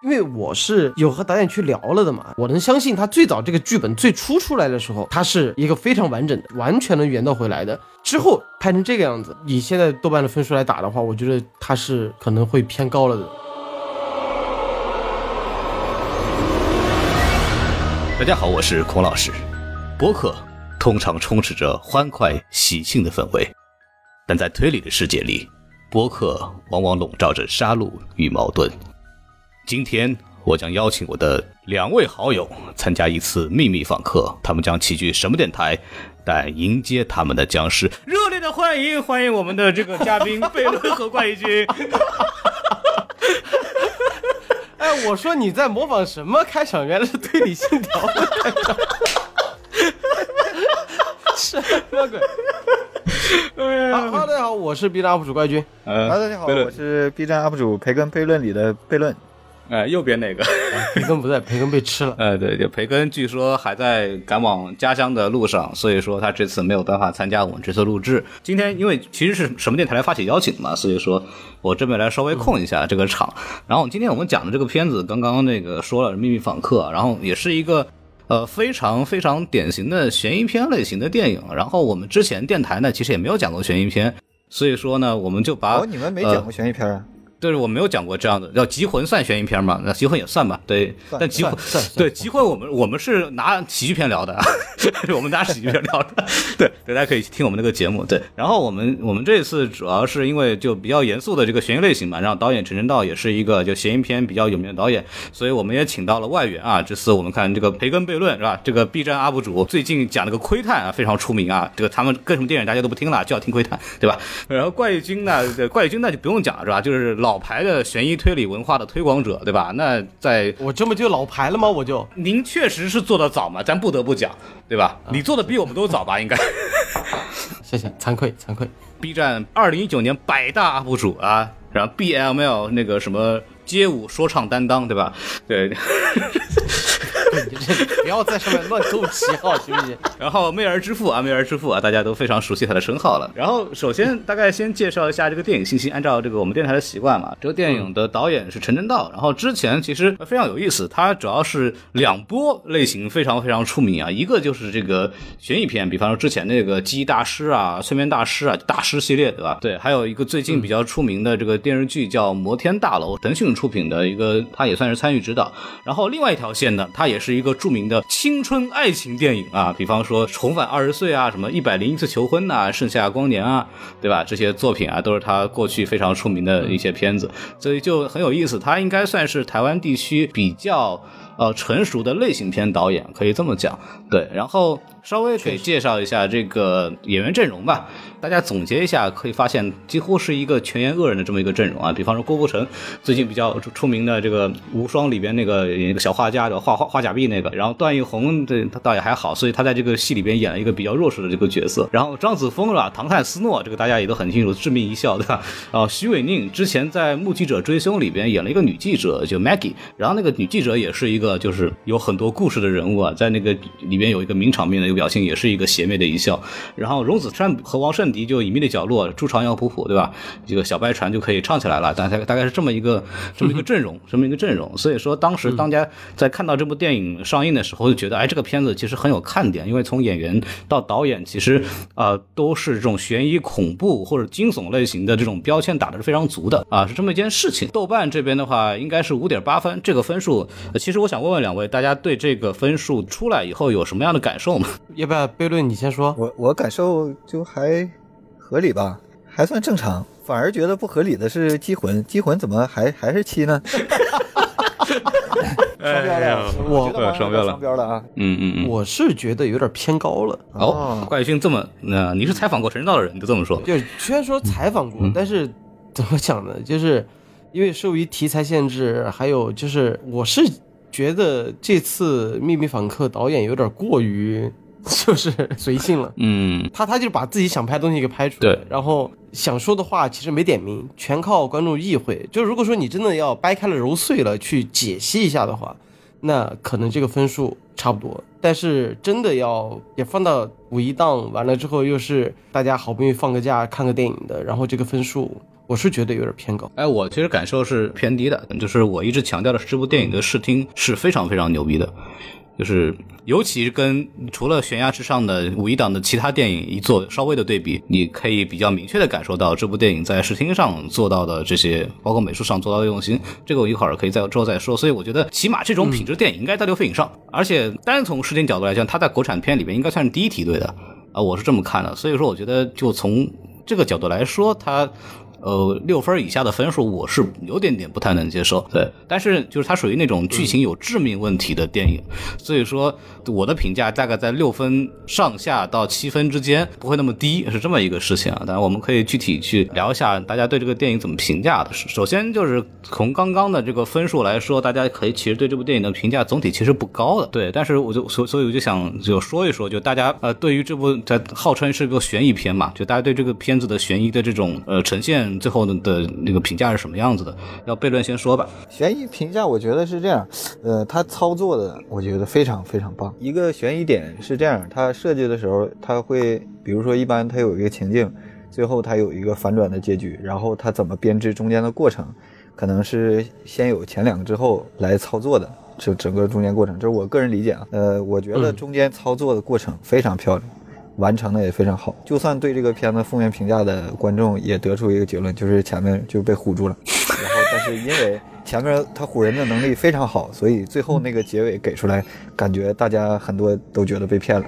因为我是有和导演去聊了的嘛，我能相信他最早这个剧本最初出来的时候，他是一个非常完整的，完全能圆到回来的。之后拍成这个样子，以现在豆瓣的分数来打的话，我觉得他是可能会偏高了的。 大家好，我是孔老师。播客通常充斥着欢快喜庆的氛围，但在推理的世界里，播客往往笼罩着杀戮与矛盾。今天我将邀请我的2位好友参加一次秘密访客，他们将齐聚什么电台？但迎接他们的将是热烈的欢迎我们的这个嘉宾贝伦和怪异君。 哎，我说你在模仿什么开场？原来是推理信条的开场。什么鬼？好，大家好，我是 B 站 UP 主怪君。 大家好，我是 B 站 UP 主培根悖论里的悖论。 右边那个培根不在，培根被吃了。 对，就培根据说还在赶往家乡的路上，所以说他这次没有办法参加我们这次录制。今天因为其实是什么电台来发起邀请嘛，所以说我这边来稍微控一下这个场。然后今天我们讲的这个片子，刚刚那个说了秘密访客，然后也是一个非常非常典型的悬疑片类型的电影。然后我们之前电台呢其实也没有讲过悬疑片，所以说呢我们就把你们没讲过悬疑片啊？ 对，我没有讲过这样的。要集魂算悬疑片嘛？那集魂也算吧。对，但集魂对集魂我们是拿喜剧片聊的，我们拿喜剧片聊的。对，大家可以听我们这个节目。对，然后我们这次主要是因为就比较严肃的这个悬疑类型嘛，然后导演陈正道也是一个就悬疑片比较有名的导演，所以我们也请到了外援啊。这次我们看这个培根悖论是吧？这个 B 站 UP 主最近讲那个窥探啊非常出名啊，这个他们跟什么电影大家都不听了，就要听窥探，对吧？然后怪异君呢就不用讲了是吧？就是老牌的悬疑推理文化的推广者，对吧？那在我这么就老牌了吗？ 您确实是做得早嘛，咱不得不讲，对吧？你做的比我们都早吧？应该。 谢谢，惭愧。 B 站2019年100大 UP 主啊，然后 BLML 那个什么街舞说唱担当，对吧？对。 不要在上面乱凑旗号，行不行？ 然后媚儿之父啊，大家都非常熟悉他的称号了。然后首先大概先介绍一下这个电影信息，按照这个我们电台的习惯嘛，这个电影的导演是陈正道。然后之前其实非常有意思，他主要是2波类型非常非常出名啊，一个就是这个悬疑片，比方说之前那个记忆大师啊、催眠大师啊、大师系列，对吧？对，还有一个最近比较出名的这个电视剧叫《摩天大楼》，腾讯出品的一个，他也算是参与指导。然后另外一条线呢，他也是一个著名的青春爱情电影啊，比方说重返20岁啊，什么101次求婚啊，盛夏光年啊，对吧？这些作品啊都是他过去非常出名的一些片子，所以就很有意思。他应该算是台湾地区比较成熟的类型片导演，可以这么讲。对，然后稍微可以介绍一下这个演员阵容吧。大家总结一下，可以发现几乎是一个全员恶人的这么一个阵容啊。比方说郭富城，最近比较出名的这个《无双》里边那个小画家的画假币那个，然后段奕宏他倒也还好，所以他在这个戏里边演了一个比较弱势的这个角色。然后张子枫是吧？唐探斯诺，这个大家也都很清楚，致命一笑，对吧？徐伟宁之前在《目击者追凶》里边演了一个女记者，就 Maggie， 然后那个女记者也是一个就是有很多故事的人物啊，在那个里边有一个名场面的一个表情，也是一个邪魅的一笑。然后荣子山和王圣迪就隐秘的角落，朱朝阳、普普，对吧？这个小白船就可以唱起来了，大概是这么一个阵容，所以说当时大家在看到这部电影上映的时候，就觉得这个片子其实很有看点，因为从演员到导演，其实都是这种悬疑、恐怖或者惊悚类型的这种标签打的是非常足的啊，是这么一件事情。豆瓣这边的话应该是5.8分，这个分数，其实我想问问2位，大家对这个分数出来以后有什么样的感受吗？ 要不要悖论你先说？ 我感受就还合理吧，还算正常。反而觉得不合理的是机魂怎么还是7呢？双标了，我双标了， 双标了啊！ 我是觉得有点偏高了。 怪君这么，你是采访过陈正道的人，你就这么说。 就虽然说采访过，但是怎么讲呢？就是因为受于题材限制，还有就是我是觉得这次秘密访客导演有点过于就是随性了。他就把自己想拍的东西给拍出来， 对， 然后想说的话其实没点名，全靠观众意会。就如果说你真的要掰开了揉碎了去解析一下的话，那可能这个分数差不多。但是真的要也放到5一档完了之后，又是大家好不容易放个假看个电影的，然后这个分数我是觉得有点偏高。 哎，我其实感受是偏低的，就是我一直强调的是这部电影的视听是非常非常牛逼的，就是尤其跟除了悬崖之上的5.1档的其他电影一做稍微的对比，你可以比较明确的感受到这部电影在视听上做到的这些，包括美术上做到的用心，这个我一会儿可以之后再说。所以我觉得起码这种品质电影应该在6分以上，而且单从视听角度来讲，它在国产片里面应该算是第一梯队的啊，我是这么看的。所以说我觉得就从这个角度来说，它6分以下的分数我是有点不太能接受，对，但是就是它属于那种剧情有致命问题的电影，所以说我的评价大概在6分上下到7分之间，不会那么低，是这么一个事情啊。当然我们可以具体去聊一下大家对这个电影怎么评价的。首先就是从刚刚的这个分数来说，大家可以其实对这部电影的评价总体其实不高的，对，但是所以我就想就说一说，就大家对于这部在号称是个悬疑片嘛，就大家对这个片子的悬疑的这种呈现最后的那个评价是什么样子的？要悖论先说吧。 悬疑评价我觉得是这样，他操作的我觉得非常非常棒。一个悬疑点是这样，他设计的时候他会，比如说一般他有一个情境，最后他有一个反转的结局，然后他怎么编织中间的过程，可能是先有前2个之后来操作的，就整个中间过程，这是我个人理解啊。我觉得中间操作的过程非常漂亮。完成的也非常好，就算对这个片子负面评价的观众也得出一个结论，就是前面就被唬住了，然后但是因为前面他唬人的能力非常好，所以最后那个结尾给出来，感觉大家很多都觉得被骗了。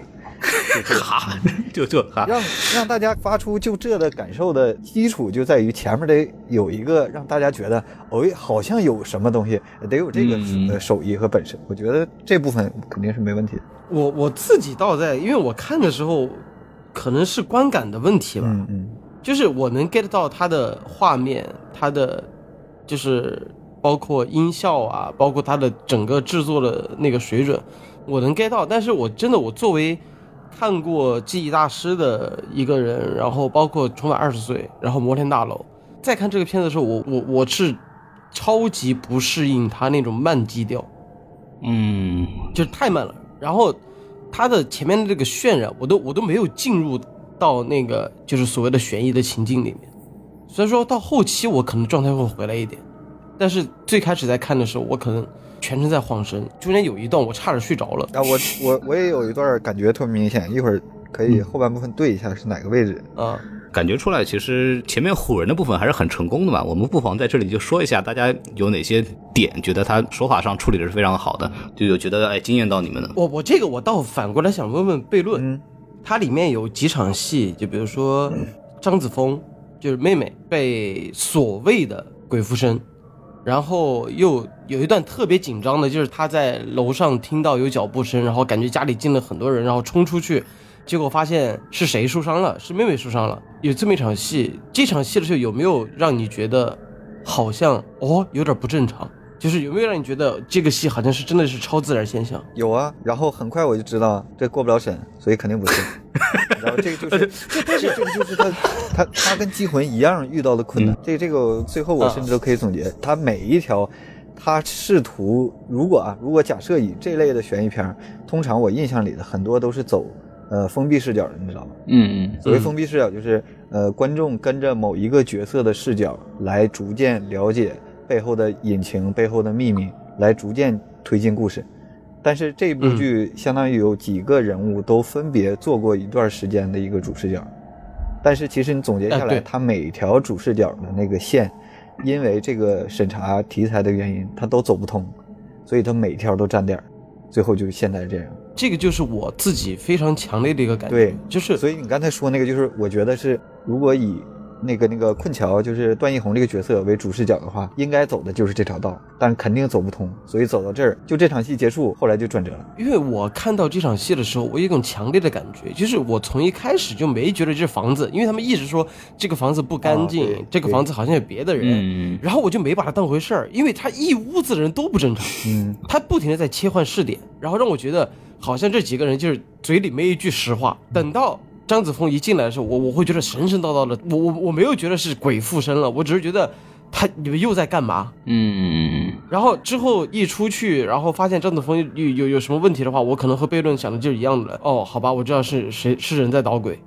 让大家发出就这的感受的基础就在于前面得有一个让大家觉得好像有什么东西，得有这个手艺和本事，我觉得这部分肯定是没问题的。 我自己倒在，因为我看的时候可能是观感的问题吧，就是我能 get 到它的画面，它的就是包括音效啊，包括它的整个制作的那个水准，我能 get 到。但是我作为看过《记忆大师》的一个人，然后包括《重返20岁》，然后《摩天大楼》，再看这个片子的时候，我是超级不适应它那种慢基调，就是太慢了。然后它的前面的这个渲染，我都没有进入到那个就是所谓的悬疑的情境里面。所以说到后期我可能状态会回来一点，但是最开始在看的时候，我可能全程在晃神，中间有一段我差点睡着了。 啊，我也有一段感觉特别明显，一会儿可以后半部分对一下是哪个位置啊。 感觉出来其实前面唬人的部分还是很成功的嘛，我们不妨在这里就说一下大家有哪些点觉得他手法上处理的是非常好的，就有觉得惊艳到你们的。 我这个我倒反过来想问问悖论，它里面有几场戏，就比如说张子枫就是妹妹被所谓的鬼附身，然后又有一段特别紧张的，就是她在楼上听到有脚步声，然后感觉家里进了很多人，然后冲出去，结果发现是谁受伤了，是妹妹受伤了。有这么一场戏，这场戏的时候有没有让你觉得好像有点不正常，就是有没有让你觉得这个戏好像是真的是超自然现象？ 有啊，然后很快我就知道这过不了审，所以肯定不是。然后这个就是他跟机魂一样遇到的困难。这个最后我甚至都可以总结，他每一条他试图，如果假设以这类的悬疑片，通常我印象里的很多都是走封闭视角的，你知道吗？所谓封闭视角就是观众跟着某一个角色的视角来逐渐了解背后的隐情、背后的秘密，来逐渐推进故事。但是这部剧相当于有几个人物都分别做过一段时间的一个主视角，但是其实你总结下来，他每条主视角的那个线，因为这个审查题材的原因，他都走不通，所以他每条都占点，最后就现在这样。 这个就是我自己非常强烈的一个感觉， 对， 就是所以你刚才说那个，就是我觉得是，如果以那个困桥就是段奕宏这个角色为主视角的话，应该走的就是这条道，但肯定走不通，所以走到这儿就这场戏结束，后来就转折了。 因为我看到这场戏的时候，我有一种强烈的感觉，就是我从一开始就没觉得这房子，因为他们一直说这个房子不干净，这个房子好像有别的人，然后我就没把它当回事儿，因为他一屋子的人都不正常，他不停的在切换视点，然后让我觉得好像这几个人就是嘴里没一句实话。等到张子枫一进来的时候，我会觉得神神叨叨的，我没有觉得是鬼附身了，我只是觉得你们又在干嘛？然后之后一出去，然后发现张子枫有什么问题的话，我可能和悖论想的就是一样的。好吧，我知道是谁是人在捣鬼，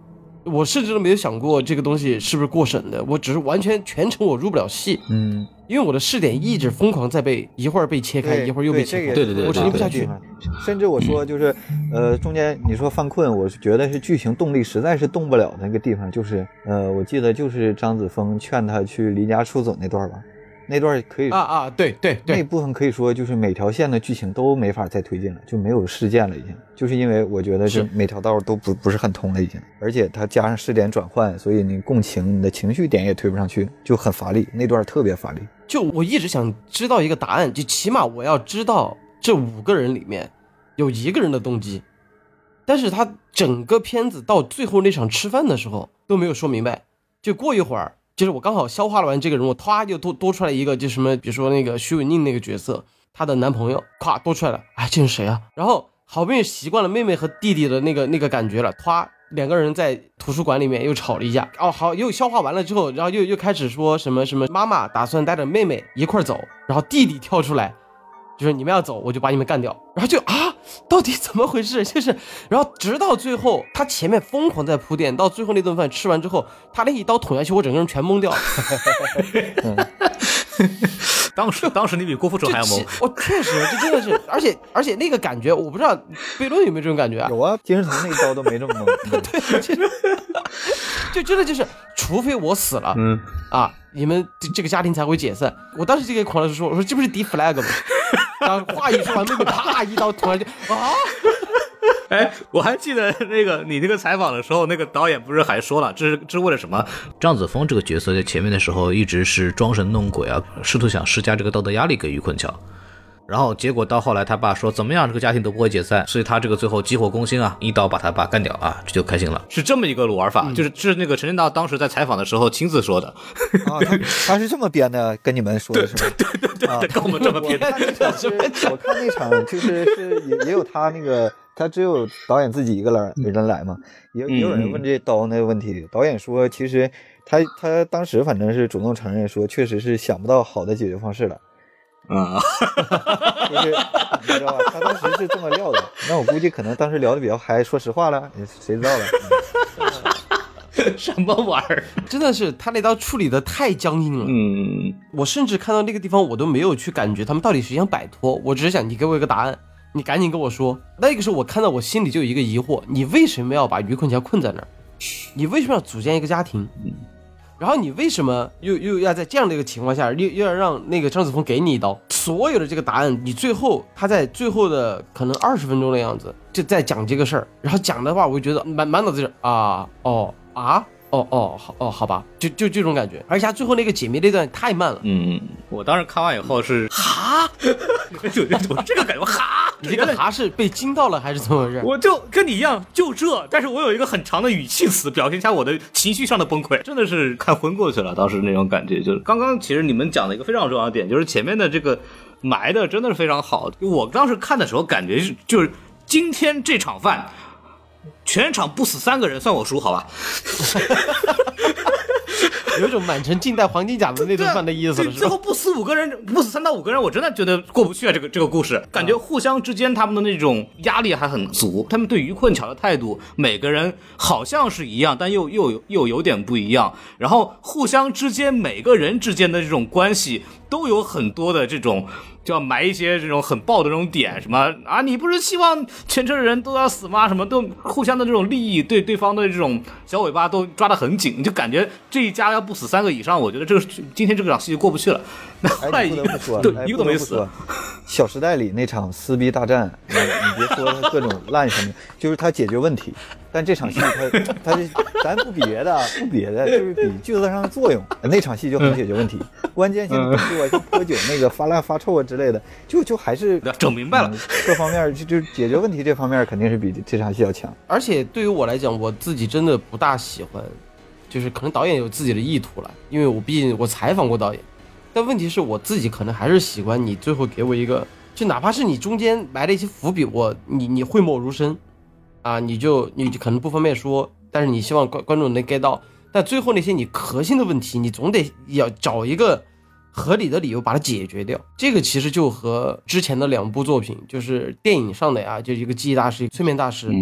我甚至都没有想过这个东西是不是过审的，我只是完全全程我入不了戏，因为我的视点一直疯狂在被一会儿被切开，一会儿又被切开， 对， 我撑不下去。 甚至我说就是，中间你说犯困，我是觉得是剧情动力实在是动不了那个地方，就是我记得就是张子枫劝他去离家出走那段吧。那段可以对， 那部分可以说就是每条线的剧情都没法再推进了，就没有事件了已经，就是因为我觉得是每条道都不是很通了已经，而且它加上视点转换，所以你共情，你的情绪点也推不上去，就很乏力，那段特别乏力。 就我一直想知道一个答案，就起码我要知道这5个人里面有1个人的动机，但是他整个片子到最后那场吃饭的时候都没有说明白，就过一会儿。就是我刚好消化了完这个人物，唰就多出来一个，就什么，比如说那个徐伟宁那个角色，她的男朋友，咵多出来了，哎，这是谁啊？然后好不容易习惯了妹妹和弟弟的那个感觉了，咵2个人在图书馆里面又吵了一架，哦好，又消化完了之后，然后又开始说什么妈妈打算带着妹妹一块走，然后弟弟跳出来，就是你们要走我就把你们干掉，然后就到底怎么回事？就是，然后直到最后，他前面疯狂在铺垫，到最后那顿饭吃完之后，他那一刀捅下去，我整个人全懵掉了。 当时你比郭富城还要懵。 我确实，这真的是，而且那个感觉，我不知道悖论有没有这种感觉啊？ 有啊，金世彤那一刀都没这么懵。 对，就真的就是，除非我死了，你们这个家庭才会解散。我当时就给孔老师说，我说这不是敌 flag 吗？然后话一说完，妹妹啪一刀捅下去， 哎，我还记得你那个采访的时候，那个导演不是还说了，这是为了什么？张子枫这个角色在前面的时候一直是装神弄鬼啊，试图想施加这个道德压力给于坤桥。然后结果到后来他爸说怎么样这个家庭都不会解散，所以他这个最后急火攻心啊，一刀把他爸干掉啊，这就开心了，是这么一个玩法。就是那个陈正道当时在采访的时候亲自说的啊，他是这么编的，跟你们说的是吗？ 对，跟我们这么编的。 我看那场就是也有他那个，他只有导演自己一个人来嘛，也有人问这刀那个问题，导演说其实他当时反正是主动承认说确实是想不到好的解决方式了。就是你知道吧？他当时是这么料的，那我估计可能当时聊的比较嗨，说实话了，谁知道了？ 什么玩意儿？ 真的是他那刀处理的太僵硬了。我甚至看到那个地方，我都没有去感觉他们到底是想摆脱，我只是想你给我一个答案，你赶紧跟我说。那个时候我看到我心里就有一个疑惑：你为什么要把于坤桥困在那儿？你为什么要组建一个家庭？然后你为什么又要在这样的一个情况下又要让那个张子枫给你一刀？所有的这个答案，你最后他在最后的可能20分钟的样子就在讲这个事儿，然后讲的话，我就觉得满脑子就是好吧，就这种感觉。而且他最后那个解谜那段太慢了。 我当时看完以后是我这个感觉你这个是被惊到了还是怎么回事？ 我就跟你一样，但是我有一个很长的语气词，表现一下我的情绪上的崩溃，真的是看昏过去了。当时那种感觉，就是刚刚其实你们讲的一个非常重要的点，就是前面的这个埋的真的是非常好。我当时看的时候感觉就是今天这场饭全场不死3个人算我输，好吧？ 有一种满城尽带黄金甲的那顿饭的意思了， 最后不死5个人，不死3到5个人，我真的觉得过不去啊！这个故事，感觉互相之间他们的那种压力还很足，他们对于困桥的态度，每个人好像是一样，但又有点不一样。然后互相之间每个人之间的这种关系都有很多的这种。就要埋一些这种很爆的这种点，什么啊，你不是希望全车的人都要死吗？什么都互相的这种利益，对对方的这种小尾巴都抓得很紧，就感觉这一家要不死3个以上，我觉得今天这场戏就过不去了。那后来不得不说， 对，一个都没死。 小时代里那场撕逼大战，你别说他各种烂什么，就是他解决问题。但这场戏他咱不比别的，就是比剧作上的作用。那场戏就很解决问题，关键性动作像喝酒那个发烂发臭啊之类的，就还是整明白了。 各方面就解决问题这方面肯定是比这场戏要强。 而且对于我来讲，我自己真的不大喜欢，就是可能导演有自己的意图了，因为我毕竟我采访过导演。但问题是我自己可能还是喜欢你最后给我一个，就哪怕是你中间埋了一些伏笔，你讳莫如深啊，你就可能不方便说，但是你希望观众能 get 到，但最后那些你核心的问题，你总得要找一个合理的理由把它解决掉。这个其实就和之前的2部作品，就是电影上的呀，就一个记忆大师、催眠大师，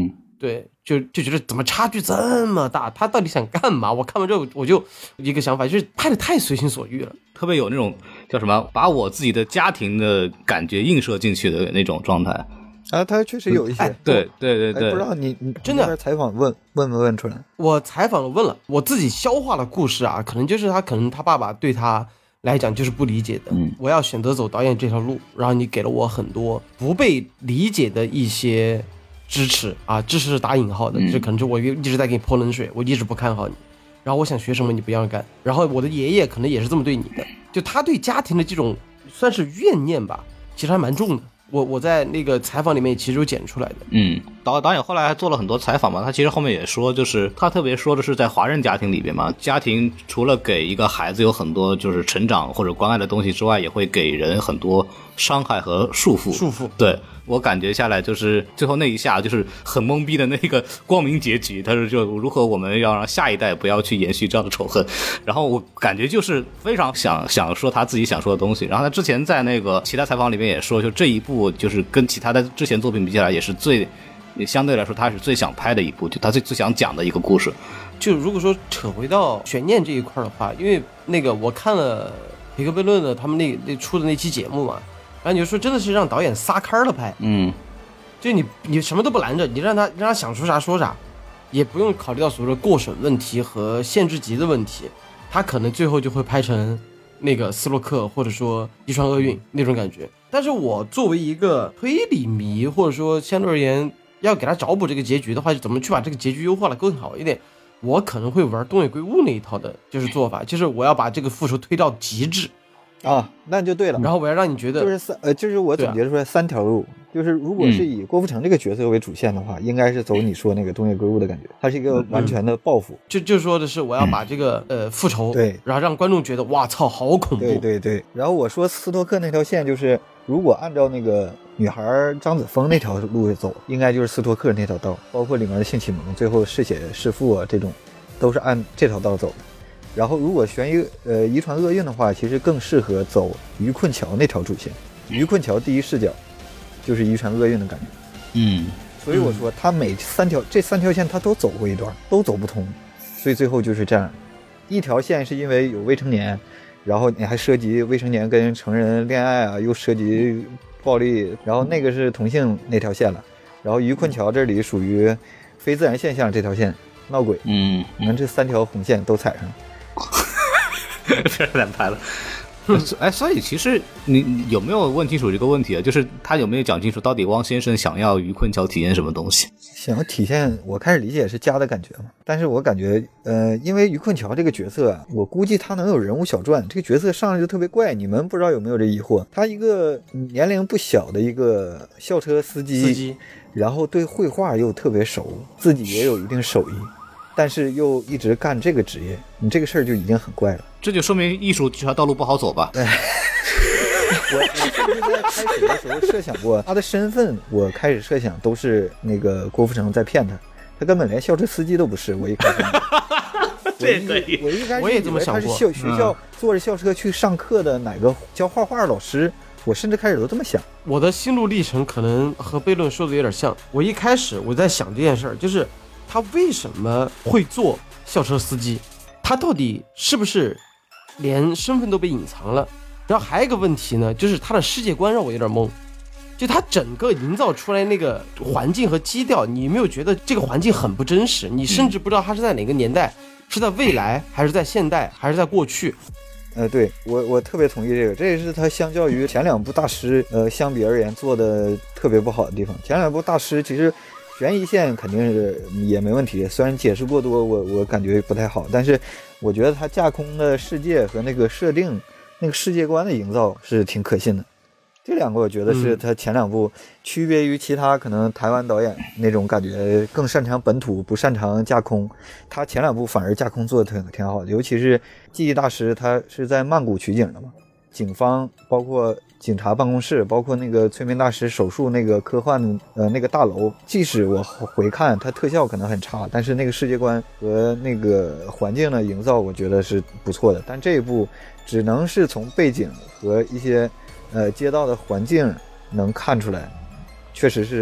对，就觉得怎么差距这么大，他到底想干嘛？我看完之后我就一个想法，就是拍的太随心所欲了， 特别有那种叫什么，把我自己的家庭的感觉映射进去的那种状态啊。他确实有一些， 对，不知道你真的采访问出来？ 我采访了问了，我自己消化了故事啊，可能就是可能他爸爸对他来讲就是不理解的，我要选择走导演这条路，然后你给了我很多不被理解的一些支持啊，支持是打引号的，这可能是我一直在给你泼冷水，我一直不看好你，然后我想学什么你不让干，然后我的爷爷可能也是这么对你的，就他对家庭的这种算是怨念吧，其实还蛮重的。我在那个采访里面其实有剪出来的。 导演后来还做了很多采访嘛，他其实后面也说，就是他特别说的是在华人家庭里边嘛，家庭除了给一个孩子有很多就是成长或者关爱的东西之外，也会给人很多伤害和束缚。对，我感觉下来就是最后那一下就是很懵逼的那个光明结局，他说就如何我们要让下一代不要去延续这样的仇恨，然后我感觉就是非常想说他自己想说的东西。然后他之前在那个其他采访里面也说，就这一部就是跟其他的之前作品比起来也是相对来说他是最想拍的一部，就他最想讲的一个故事。 就如果说扯回到悬念这一块的话，因为那个我看了皮克悖论的他们那出的那期节目嘛，然后你就说真的是让导演撒开了拍，就你什么都不拦着，你让他想说啥说啥，也不用考虑到所谓的过审问题和限制级的问题，他可能最后就会拍成那个斯洛克或者说遗传厄运那种感觉。但是我作为一个推理迷，或者说相对而言要给他找补这个结局的话，就怎么去把这个结局优化的更好一点，我可能会玩东野圭吾那一套的就是做法，就是我要把这个复仇推到极致啊，那就对了。 然后我要让你觉得就是我总结出来3条路，就是如果是以郭富城这个角色为主线的话，应该是走你说那个东野圭吾的感觉，它是一个完全的报复。 就说的是我要把这个复仇， 对， 然后让观众觉得哇操好恐怖。 对。然后我说斯托克那条线就是如果按照那个女孩张子枫那条路走，应该就是斯托克那条道，包括里面的性启蒙，最后嗜血弑父啊，这种都是按这条道走的。然后如果悬疑遗传厄运的话，其实更适合走于困桥那条主线，于困桥第一视角就是遗传厄运的感觉。所以我说他这3条线他都走过一段，都走不通，所以最后就是这样，一条线是因为有未成年，然后你还涉及未成年跟成人恋爱啊，又涉及暴力，然后那个是同性那条线了，然后于困桥这里属于非自然现象这条线闹鬼。你看这3条红线都踩上了。 非常难拍了。所以其实你有没有问清楚这个问题啊？就是他有没有讲清楚到底汪先生想要于困桥体验什么东西？ 想要体现，我开始理解是家的感觉嘛。但是我感觉，因为于困桥这个角色啊，我估计他能有人物小传，这个角色上来就特别怪。你们不知道有没有这疑惑？他一个年龄不小的一个校车司机，然后对绘画又特别熟，自己也有一定手艺。但是又一直干这个职业，你这个事儿就已经很怪了。 这就说明艺术这条道路不好走吧？ 我是不是在开始的时候设想过他的身份？我开始设想都是那个郭富城在骗他，他根本连校车司机都不是。我一开始，我也这么想过，他是学校坐着校车去上课的哪个教画画的老师。我甚至开始都这么想。 我的心路历程可能和悖论说的有点像。我一开始我在想这件事儿，就是他为什么会做校车司机？他到底是不是连身份都被隐藏了？然后还有一个问题呢，就是他的世界观让我有点懵。就他整个营造出来那个环境和基调，你有没有觉得这个环境很不真实？你甚至不知道他是在哪个年代，是在未来还是在现代还是在过去？ 对，我特别同意这个，这也是他相较于前2部大师相比而言做的特别不好的地方。前2部大师其实悬疑线肯定是也没问题，虽然解释过多我感觉不太好，但是我觉得他架空的世界和那个设定那个世界观的营造是挺可信的。这2个我觉得是他前2部区别于其他可能台湾导演那种感觉更擅长本土不擅长架空，他前2部反而架空做的挺好的。尤其是记忆大师他是在曼谷取景的嘛，警方包括警察办公室，包括那个催眠大师手术那个科幻那个大楼，即使我回看它特效可能很差，但是那个世界观和那个环境的营造我觉得是不错的。但这一部只能是从背景和一些街道的环境能看出来，确实是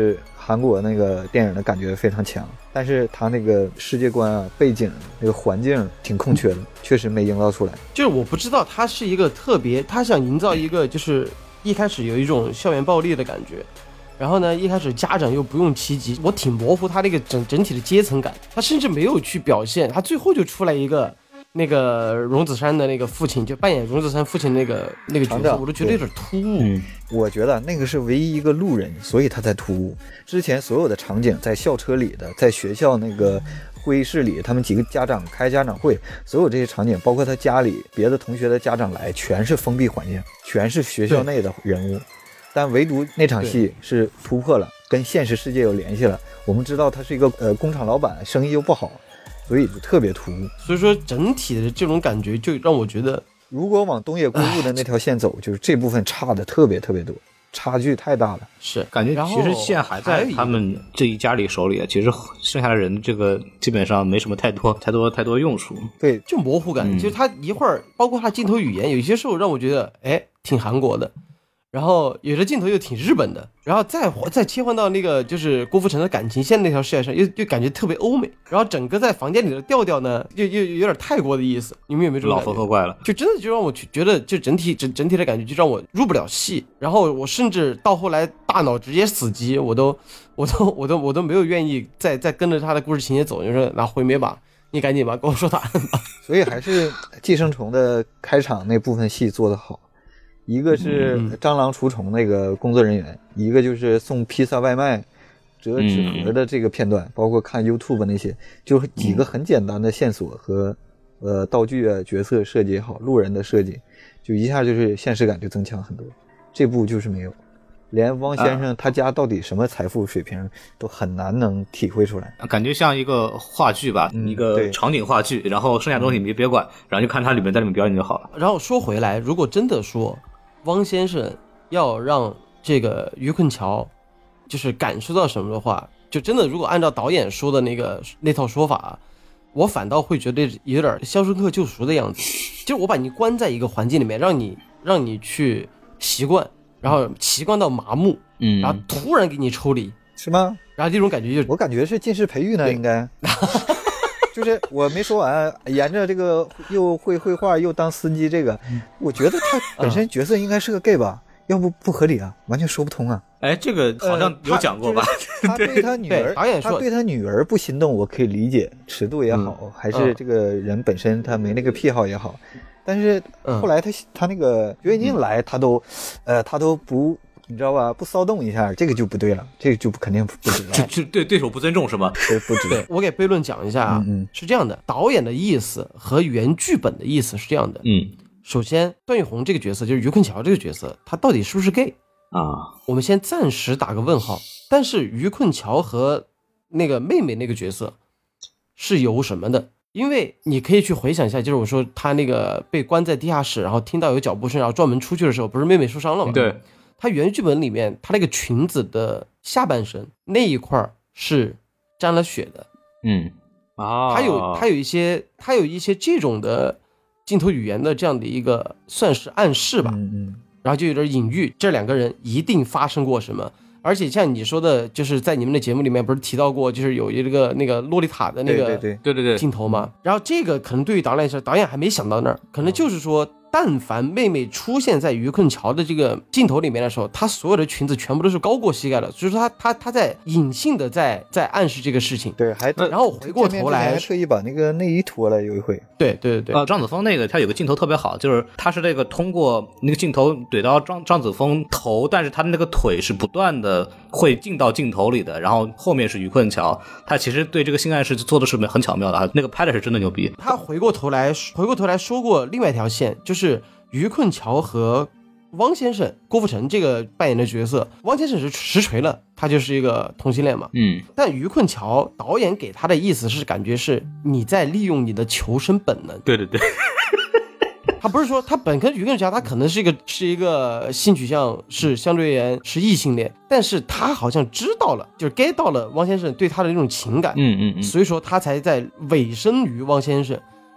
韩国那个电影的感觉非常强，但是他那个世界观啊、背景、那个环境挺空缺的，确实没营造出来。 就是我不知道他是一个特别，他想营造一个就是一开始有一种校园暴力的感觉，然后呢，一开始家长又不用其极，我挺模糊他那个整体的阶层感，他甚至没有去表现，他最后就出来一个那个荣梓杉的那个父亲，就扮演荣梓杉父亲那个角色，我都觉得有点突兀。 我觉得那个是唯一一个路人，所以他才突兀。之前所有的场景，在校车里的，在学校那个会议室里，他们几个家长开家长会，所有这些场景，包括他家里别的同学的家长来，全是封闭环境，全是学校内的人物。但唯独那场戏是突破了，跟现实世界有联系了。我们知道他是一个工厂老板，生意又不好，所以就特别突兀。 所以说整体的这种感觉就让我觉得， 如果往东野圭吾的那条线走，就是这部分差的特别多，差距太大了。 是感觉其实线还在他们这一家里手里，其实剩下的人这个基本上没什么太多用处。 对， 就模糊感，就是他一会儿包括他镜头语言，有些时候让我觉得挺韩国的。然后有的镜头又挺日本的，然后再切换到那个就是郭富城的感情线那条线上，又感觉特别欧美，然后整个在房间里的调调呢，又有点泰国的意思，你们有没有这种感觉？ 老佛怪了， 就真的就让我觉得，就整体的感觉就让我入不了戏，然后我甚至到后来大脑直接死机，我都没有愿意再跟着他的故事情节走，就说那毁灭吧，你赶紧吧，跟我说答案吧。所以还是寄生虫的开场那部分戏做得好。一个是蟑螂除虫那个工作人员，一个就是送披萨外卖折纸盒的这个片段，包括看 YouTube 那些，就是几个很简单的线索和道具啊、角色设计也好，路人的设计，就一下就是现实感就增强很多。这部就是没有，连汪先生他家到底什么财富水平都很难能体会出来， 感觉像一个话剧吧，一个场景话剧，然后剩下东西你别管，然后就看他里面在里面表演就好了。 然后说回来，如果真的说汪先生要让这个于坤桥就是感受到什么的话，就真的如果按照导演说的那套说法，我反倒会觉得有点《肖申克救赎》的样子，就是我把你关在一个环境里面，让你去习惯，然后习惯到麻木，然后突然给你抽离， 是吗？ 然后这种感觉我感觉是近视培育呢，应该。就是我没说完，沿着这个又会绘画又当司机这个，我觉得他本身角色应该是个 gay 吧，要不合理啊，完全说不通啊。 这个好像有讲过吧？ 他对他女儿， 导演说他对他女儿不心动，我可以理解，尺度也好，还是这个人本身他没那个癖好也好，但是后来他那个袁咏仪来，他都不。你知道吧？不骚动一下，这个就不对了，这个就肯定不值了。 就对对手不尊重是吗？ 对，不值。 对，我给悖论讲一下啊，是这样的，导演的意思和原剧本的意思是这样的。首先，段奕宏这个角色就是于坤桥这个角色，他到底是不是 gay 啊？我们先暂时打个问号。但是于坤桥和那个妹妹那个角色是有什么的？因为你可以去回想一下，就是我说他那个被关在地下室，然后听到有脚步声，然后专门出去的时候，不是妹妹受伤了吗？ 对。 他原剧本里面，他那个裙子的下半身那一块是沾了血的。他有一些这种的镜头语言的这样的一个算是暗示吧。然后就有点隐喻，这两个人一定发生过什么。而且像你说的，就是在你们的节目里面不是提到过，就是有一个那个洛丽塔的那个对镜头嘛。然后这个可能对于导演来说，导演还没想到那儿，可能就是说。但凡妹妹出现在于坤桥的这个镜头里面的时候，她所有的裙子全部都是高过膝盖的，所以说她在隐性的在暗示这个事情。 对， 然后回过头来还特意把那个内衣脱了，有一回。 对。 张子枫那个他有个镜头特别好，就是他是这个通过那个镜头怼到张子枫头，但是他的那个腿是不断的会进到镜头里的，然后后面是于坤桥，他其实对这个性暗示做的是很巧妙的，那个拍的是真的牛逼。 他回过头来说过另外一条线，就是于坤桥和汪先生郭富城这个扮演的角色，汪先生是实锤了，他就是一个同性恋嘛。但于坤桥导演给他的意思是感觉是你在利用你的求生本能。 对。 他不是说他本跟于坤桥他可能是一个性取向是相对而言是异性恋，但是他好像知道了，就是 get 到了汪先生对他的那种情感。所以说他才在委身于汪先生。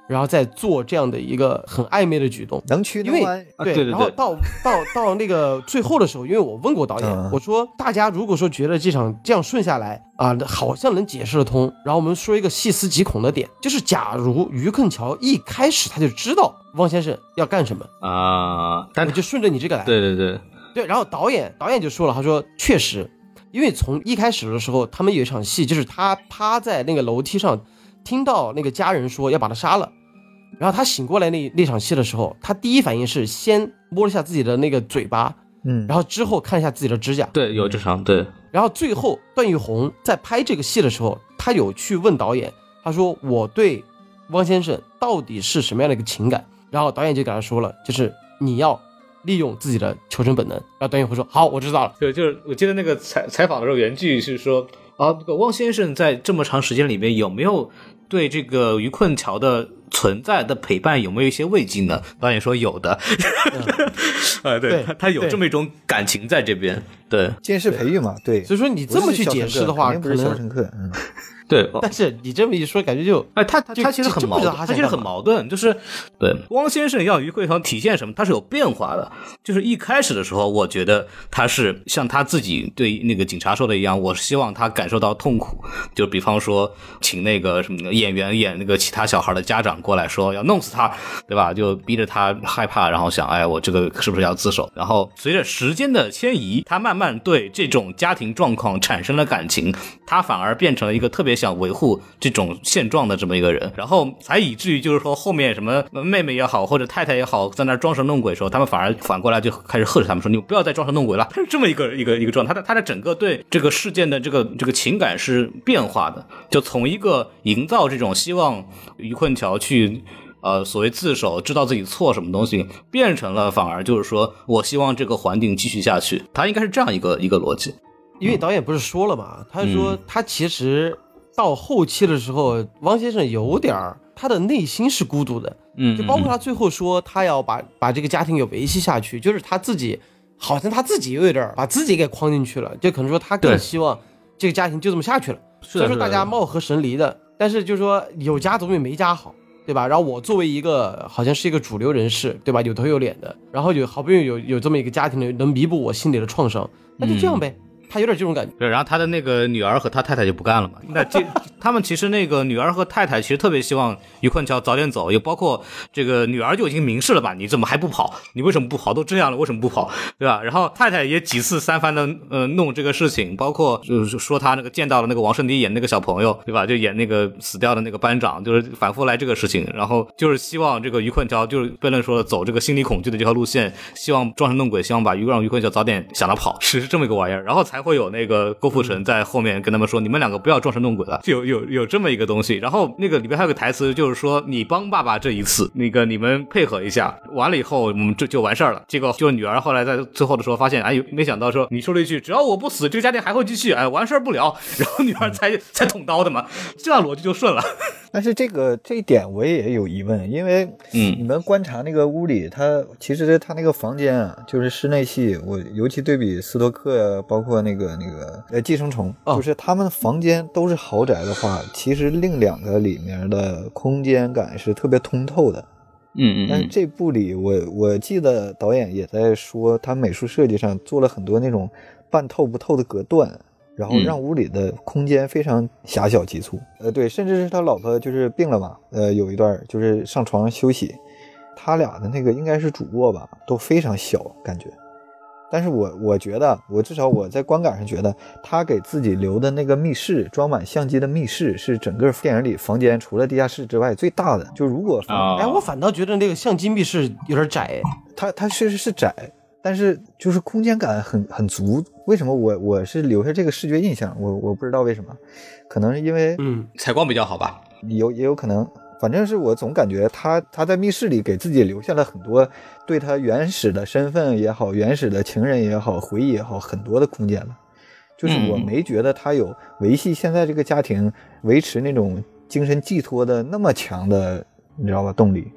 然后再做这样的一个很暧昧的举动， 能屈能弯。 对，然后到那个最后的时候，因为我问过导演，我说大家如果说觉得这场这样顺下来啊，好像能解释得通，然后我们说一个细思极恐的点，就是假如于困桥一开始他就知道汪先生要干什么啊， 我就顺着你这个来。 对， 然后导演就说了，他说确实，因为从一开始的时候，他们有一场戏，就是他趴在那个楼梯上，听到那个家人说要把他杀了，然后他醒过来那场戏的时候，他第一反应是先摸了下自己的那个嘴巴，然后之后看一下自己的指甲。 对，有这场对。 然后最后段奕宏在拍这个戏的时候，他有去问导演，他说我对汪先生到底是什么样的一个情感？然后导演就给他说了，就是你要利用自己的求生本能。然后段奕宏说好，我知道了。 对，就是我记得那个采访的时候，原句是说啊，这个汪先生在这么长时间里面有没有对这个于困桥的存在的陪伴有没有一些慰藉呢？导演说有的，对，他有这么一种感情在这边，对， 监视培育嘛，对， 所以说你这么去解释的话， 不是肖申克， 对， 但是你这么一说，感觉就他其实很矛盾，他其实很矛盾，就是对汪先生要于困桥体现什么，他是有变化的。就是一开始的时候，我觉得他是像他自己对那个警察说的一样，我希望他感受到痛苦，就比方说请那个什么演员演那个其他小孩的家长过来说要弄死他，对吧？就逼着他害怕，然后想，哎，我这个是不是要自首？然后随着时间的迁移，他慢慢对这种家庭状况产生了感情，他反而变成了一个特别想维护这种现状的这么一个人，然后才以至于就是说后面什么妹妹也好或者太太也好在那装神弄鬼的时候，他们反过来就开始呵斥他们说你不要再装神弄鬼了，他是这么一个状态。他的整个对这个事件的这个情感是变化的，就从一个营造这种希望于困桥去所谓自首知道自己错什么东西，变成了反而就是说我希望这个环境继续下去，他应该是这样一个逻辑。 因为导演不是说了嘛，他说他其实到后期的时候，汪先生有点他的内心是孤独的，就包括他最后说他要把这个家庭给维系下去，就是他自己好像他自己有点把自己给框进去了，就可能说他更希望这个家庭就这么下去了。所以说大家貌合神离的，但是就是说有家总比没家好，对吧？然后我作为一个好像是一个主流人士，对吧？有头有脸的，然后好不容易有这么一个家庭能弥补我心里的创伤，那就这样呗。他有点这种感觉。 对，然后他的那个女儿和他太太就不干了嘛。那他们其实那个女儿和太太其实特别希望于困桥早点走，也包括这个女儿就已经明示了吧，你怎么还不跑？你为什么不跑？都这样了，为什么不跑？对吧？然后太太也几次三番的弄这个事情，包括就是说他那个见到了那个王圣迪演那个小朋友，对吧？就演那个死掉的那个班长，就是反复来这个事情，然后就是希望这个于困桥就是贝伦说走这个心理恐惧的这条路线，希望装神弄鬼，希望让于困桥早点想他跑，是这么一个玩意儿，然后才会有那个郭富城在后面跟他们说，你们两个不要装神弄鬼了，有这么一个东西。然后那个里边还有个台词，就是说你帮爸爸这一次，那个你们配合一下，完了以后我们就完事儿了。结果就女儿后来在最后的时候发现，哎，没想到说你说了一句只要我不死，这个家庭还会继续，哎，完事儿不了。然后女儿才捅刀的嘛，这样逻辑就顺了。 但是这一点我也有疑问，因为你们观察那个屋里，其实他那个房间啊，就是室内戏，我尤其对比斯托克包括那个寄生虫，就是他们房间都是豪宅的话，其实另两个里面的空间感是特别通透的。但是这部里我记得导演也在说，他美术设计上做了很多那种半透不透的隔断，然后让屋里的空间非常狭小急促。对，甚至是他老婆就是病了嘛，有一段就是上床休息，他俩的那个应该是主卧吧，都非常小感觉。但是我觉得，至少我在观感上觉得，他给自己留的那个密室，装满相机的密室，是整个电影里房间除了地下室之外最大的。就如果我反倒觉得那个相机密室有点窄， 它确实是窄，但是就是空间感很足。为什么我是留下这个视觉印象？我不知道为什么，可能是因为采光比较好吧， 也有可能。反正是我总感觉他在密室里给自己留下了很多对他原始的身份也好，原始的情人也好，回忆也好，很多的空间了。就是我没觉得他有维系现在这个家庭维持那种精神寄托的那么强的，你知道吧，动力。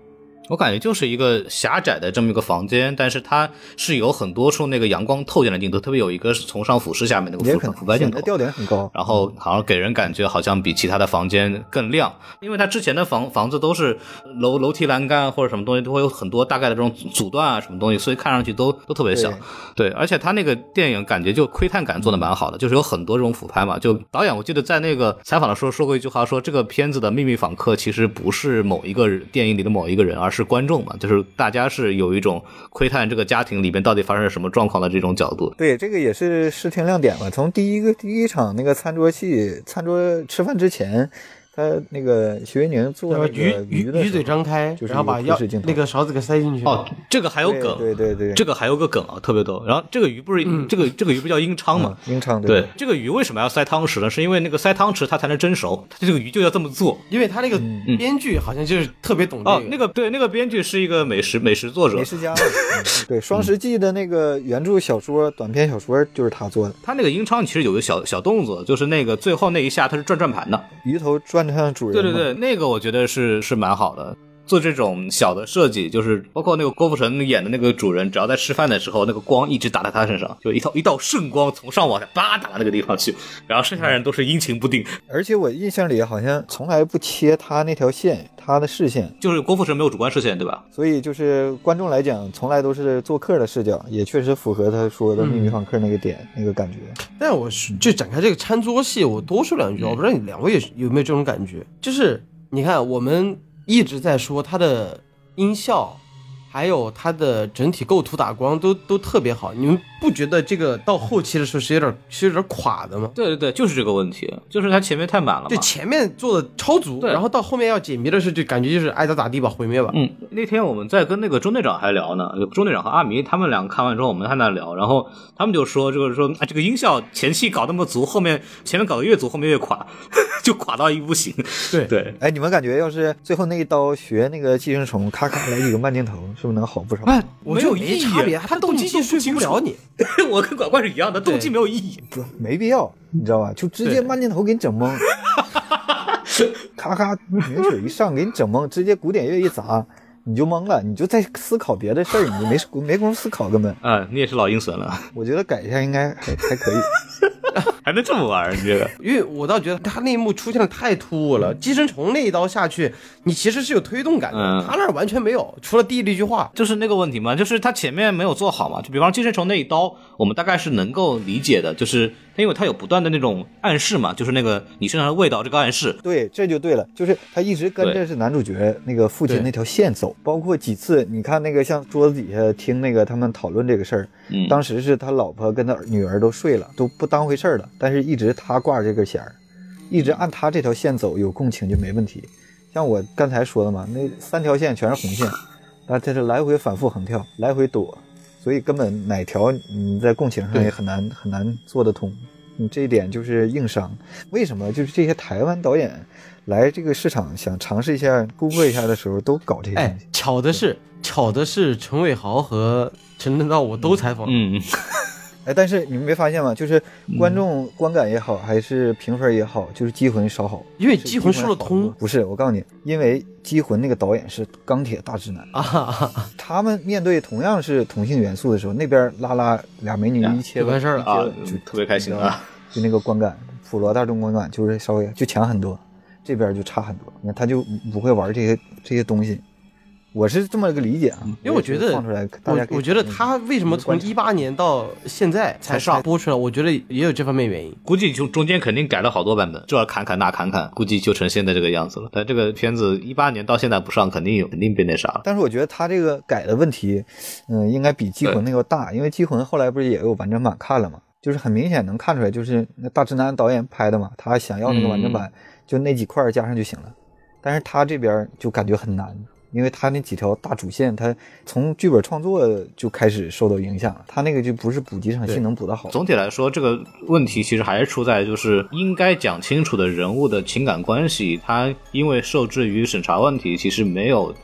我感觉就是一个狭窄的这么一个房间，但是它是有很多处那个阳光透进来镜头，特别有一个是从上俯视下面那个俯拍镜头， 调点很高， 然后好像给人感觉好像比其他的房间更亮，因为它之前的房子都是楼梯栏杆或者什么东西都会有很多大概的这种阻断啊什么东西，所以看上去都特别像。对，而且他那个电影感觉就窥探感做的蛮好的，就是有很多这种俯拍嘛。就导演我记得在那个采访的时候说过一句话，说这个片子的秘密访客其实不是某一个电影里的某一个人，而是观众嘛，就是大家是有一种窥探这个家庭里边到底发生了什么状况的这种角度。 对，这个也是视听亮点嘛。从第一场那个餐桌吃饭之前，他那个徐维宁做那个鱼嘴张开， 就是然后把那个勺子给塞进去。 哦，这个还有梗， 对， 这个还有个梗啊，特别逗。然后这个鱼不是、这个鱼不叫英昌嘛？ 英昌对，这个鱼为什么要塞汤匙呢？是因为那个塞汤匙它才能蒸熟，它这个鱼就要这么做。 因为他那个编剧好像就是特别懂这个。 那个编剧是一个美食作者， 美食家。对，《双十记》的那个原著小说短篇小说就是他做的。 他那个英昌其实有个小动作，就是那个最后那一下他是转盘的， 鱼头转向主人。 对，那个我觉得是蛮好的。做这种小的设计，就是包括那个郭富城演的那个主人，只要在吃饭的时候，那个光一直打在他身上，就一道圣光从上往下叭打到那个地方去，然后剩下的人都是阴晴不定。 而且我印象里好像从来不切他那条线，他的视线， 就是郭富城没有主观视线，对吧？ 所以就是观众来讲，从来都是做客的视角，也确实符合他说的秘密访客那个点、那个感觉。 但我就展开这个餐桌戏，我多说两句，我不知道你两位有没有这种感觉，就是你看我们一直在说它的音效还有它的整体构图打光都特别好，你们不觉得这个到后期的时候是有点垮的吗？ 对，就是这个问题，就是它前面太满了嘛。 对，前面做的超足，然后到后面要解谜的时候就感觉就是爱咋地吧，毁灭吧。 那天我们在跟那个钟队长还聊呢，钟队长和阿弥他们两个看完之后我们还在聊，然后他们就说这个音效前期搞那么足，前面搞得越足后面越垮，就垮到一不行。对， 哎，你们感觉要是最后那一刀学那个寄生虫，咔咔来几个慢镜头，是不是能好不少？ 我就没差别，他动机就说服不了你。 我跟管是一样的，动机没有意义， 不没必要，你知道吧？就直接慢镜头给你整懵，咔咔明水一上给你整懵，直接古典乐一砸，你就懵了，你就在思考别的事儿，你就没工夫思考根本。 你也是老阴损了。 我觉得改一下应该还可以。 还能这么玩你这个？ 因为我倒觉得他那一幕出现的太突兀了，寄生虫那一刀下去，你其实是有推动感的，他那儿完全没有，除了第一句话， 就是那个问题嘛，就是他前面没有做好嘛。就比方寄生虫那一刀，我们大概是能够理解的，就是因为他有不断的那种暗示嘛，就是那个你身上的味道这个暗示。 对，这就对了，就是他一直跟着是男主角那个父亲那条线走，包括几次你看那个像桌子底下听那个他们讨论这个事儿，当时是他老婆跟他女儿都睡了，都不当回事儿了。但是一直他挂着这根弦儿，一直按他这条线走，有共情就没问题。像我刚才说的嘛，那3条线全是红线，但这是来回反复横跳，来回躲，所以根本哪条你在共情上也很难做得通。你这一点就是硬伤。为什么就是这些台湾导演来这个市场想尝试一下突破一下的时候都搞这些东西？ 巧的是陈伟豪和陈正道我都采访。 但是你们没发现吗？就是观众观感也好，还是评分也好，就是《机魂》稍好， 因为《机魂》说得通。 不是，我告诉你，因为《机魂》那个导演是钢铁大直男啊，他们面对同样是同性元素的时候，那边拉俩美女一切完事儿了啊，就特别开心啊， 就那个观感，普罗大众观感就是稍微就强很多，这边就差很多。你看他就不会玩这些东西。我是这么个理解啊， 因为我觉得放出来，大家我觉得他为什么从18年到现在才播出来，我觉得也有这方面原因。 估计中间肯定改了好多版本，这砍那砍，估计就成现在这个样子了。但这个片子18年到现在不上，肯定被那啥了。 但是我觉得他这个改的问题，应该比《机魂》那个大，因为《机魂》后来不是也有完整版看了嘛，就是很明显能看出来，就是那大直男导演拍的嘛，他想要那个完整版，就那几块加上就行了。但是他这边就感觉很难。因为他那几条大主线，他从剧本创作就开始受到影响了，他那个就不是补几场戏能补得好。 总体来说，这个问题其实还是出在就是应该讲清楚的人物的情感关系，他因为受制于审查问题，其实没有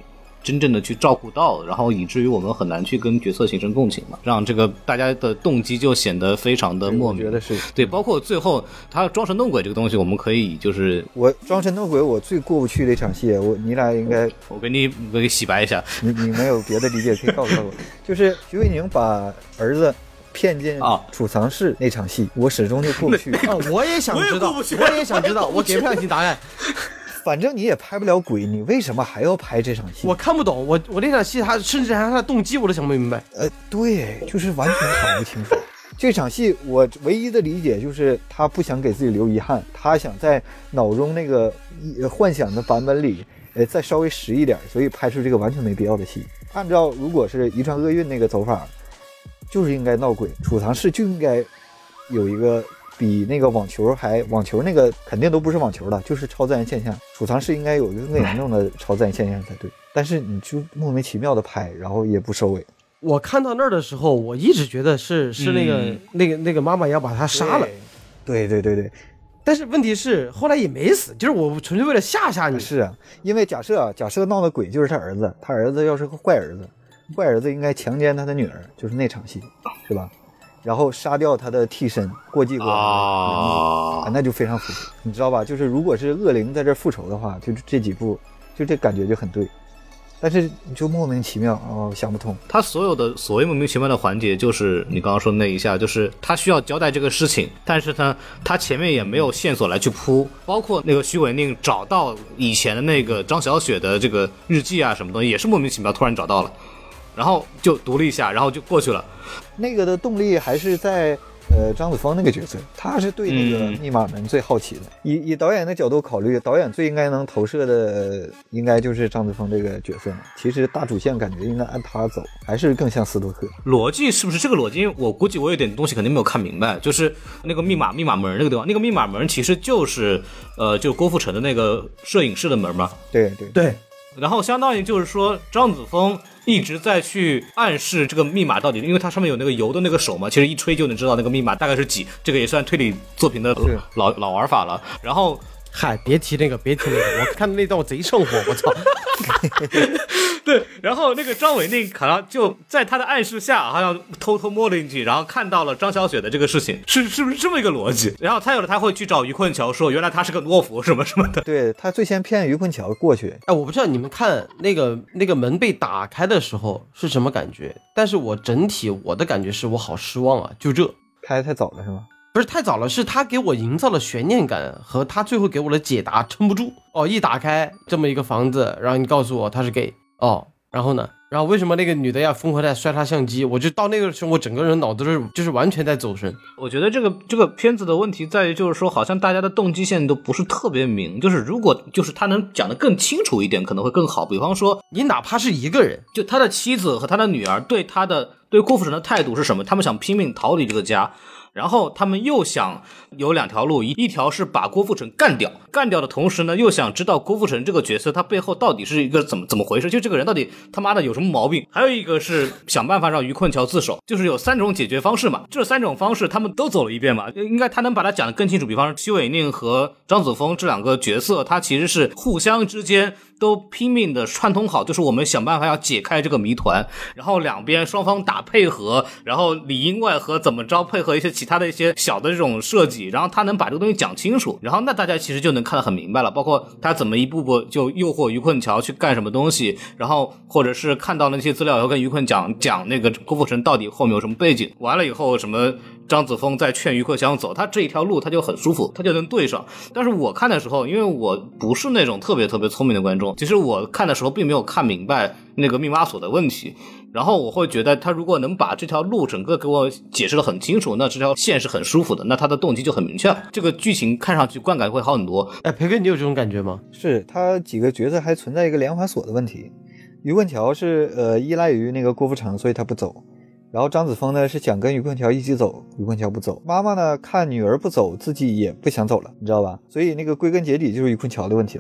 真正的去照顾到，然后以至于我们很难去跟角色形成共情嘛，让这个大家的动机就显得非常的莫名。 我觉得是对，包括最后他装神弄鬼这个东西，我们可以就是我装神弄鬼，我最过不去的一场戏，你俩应该我给你洗白一下， 你没有别的理解可以告诉我，就是徐伟宁把儿子骗进储藏室那场戏，我始终就过不去。 我也想知道，我也想知道，我给不上你答案。 反正你也拍不了鬼，你为什么还要拍这场戏？ 我看不懂，我那场戏他甚至还他的动机我都想不明白。 对，就是完全搞不清楚。这场戏我唯一的理解就是他不想给自己留遗憾，他想在脑中那个幻想的版本里，再稍微实一点，所以拍出这个完全没必要的戏。按照如果是遗传厄运那个走法，就是应该闹鬼，储藏室就应该有一个比那个网球那个肯定都不是网球了，就是超自然现象。储藏室应该有一个更严重的超自然现象才对，但是你就莫名其妙的拍，然后也不收尾。 我看到那儿的时候，我一直觉得是那个妈妈要把他杀了。 对。 但是问题是后来也没死，就是我纯粹为了吓你。 是啊，因为假设闹的鬼就是他儿子，他儿子要是个坏儿子，坏儿子应该强奸他的女儿，就是那场戏，是吧？然后杀掉他的替身，过继过来，那就非常符合，你知道吧？就是如果是恶灵在这复仇的话，就这几部，就这感觉就很对。但是你就莫名其妙想不通。 他所有的所谓莫名其妙的环节，就是你刚刚说的那一下，就是他需要交代这个事情，但是呢，他前面也没有线索来去铺，包括那个徐伟宁找到以前的那个张小雪的这个日记啊什么东西，也是莫名其妙突然找到了，然后就读了一下，然后就过去了。 那个的动力还是在张子枫那个角色，他是对那个密码门最好奇的。以导演的角度考虑，导演最应该能投射的应该就是张子枫这个角色嘛。其实大主线感觉应该按他走，还是更像斯托克。 逻辑是不是这个逻辑？我估计我有点东西肯定没有看明白，就是那个密码门那个地方，那个密码门其实就是就郭富城的那个摄影室的门嘛。 对。 然后相当于就是说张子枫一直在去暗示这个密码到底，因为它上面有那个油的那个手嘛，其实一吹就能知道那个密码大概是几，这个也算推理作品的老玩法了。然后别提那个，我看那段我贼上火，我操！ 对，然后那个张伟宁好像就在他的暗示下，好像偷偷摸了进去，然后看到了张小雪的这个事情，是不是这么一个逻辑？然后他会去找于困桥说，原来他是个懦夫什么什么的。 对，他最先骗于困桥过去。 我不知道你们看那个门被打开的时候是什么感觉，但是我整体我的感觉是我好失望啊！就这开得太早了是吗？ 不是太早了，是他给我营造了悬念感和他最后给我的解答撑不住。一打开这么一个房子，然后你告诉我他是 gay，然后呢？然后为什么那个女的要疯狂在摔他相机？我就到那个时候，我整个人脑子就是完全在走神。 我觉得这个片子的问题在于，就是说好像大家的动机线都不是特别明。就是如果就是他能讲得更清楚一点，可能会更好。比方说， 你哪怕是一个人， 就他的妻子和他的女儿对郭富城的态度是什么？他们想拼命逃离这个家。然后他们又想有两条路，一条是把郭富城干掉的同时呢，又想知道郭富城这个角色他背后到底是一个怎么回事，就这个人到底他妈的有什么毛病。还有一个是想办法让于困桥自首，就是有3种解决方式嘛，这3种方式他们都走了一遍嘛，应该他能把它讲得更清楚。比方说徐伟宁和张子枫这两个角色，他其实是互相之间都拼命的串通好，就是我们想办法要解开这个谜团，然后两边双方打配合，然后里应外合怎么着配合一些其他的一些小的这种设计，然后他能把这个东西讲清楚，然后那大家其实就能看得很明白了，包括他怎么一步步就诱惑于困桥去干什么东西，然后或者是看到那些资料以后跟于困讲那个郭富城到底后面有什么背景，完了以后什么张子枫在劝于困桥走，他这一条路他就很舒服，他就能对上。但是我看的时候，因为我不是那种特别聪明的观众，其实我看的时候并没有看明白那个密码锁的问题，然后我会觉得他如果能把这条路整个给我解释得很清楚，那这条线是很舒服的，那他的动机就很明确，这个剧情看上去观感会好很多。 培哥你有这种感觉吗？ 是，他几个角色还存在一个连环锁的问题。于困桥是依赖于那个郭富城，所以他不走，然后张子枫呢是想跟于困桥一起走，于困桥不走，妈妈呢看女儿不走，自己也不想走了，你知道吧？所以那个归根结底就是于困桥的问题嘛。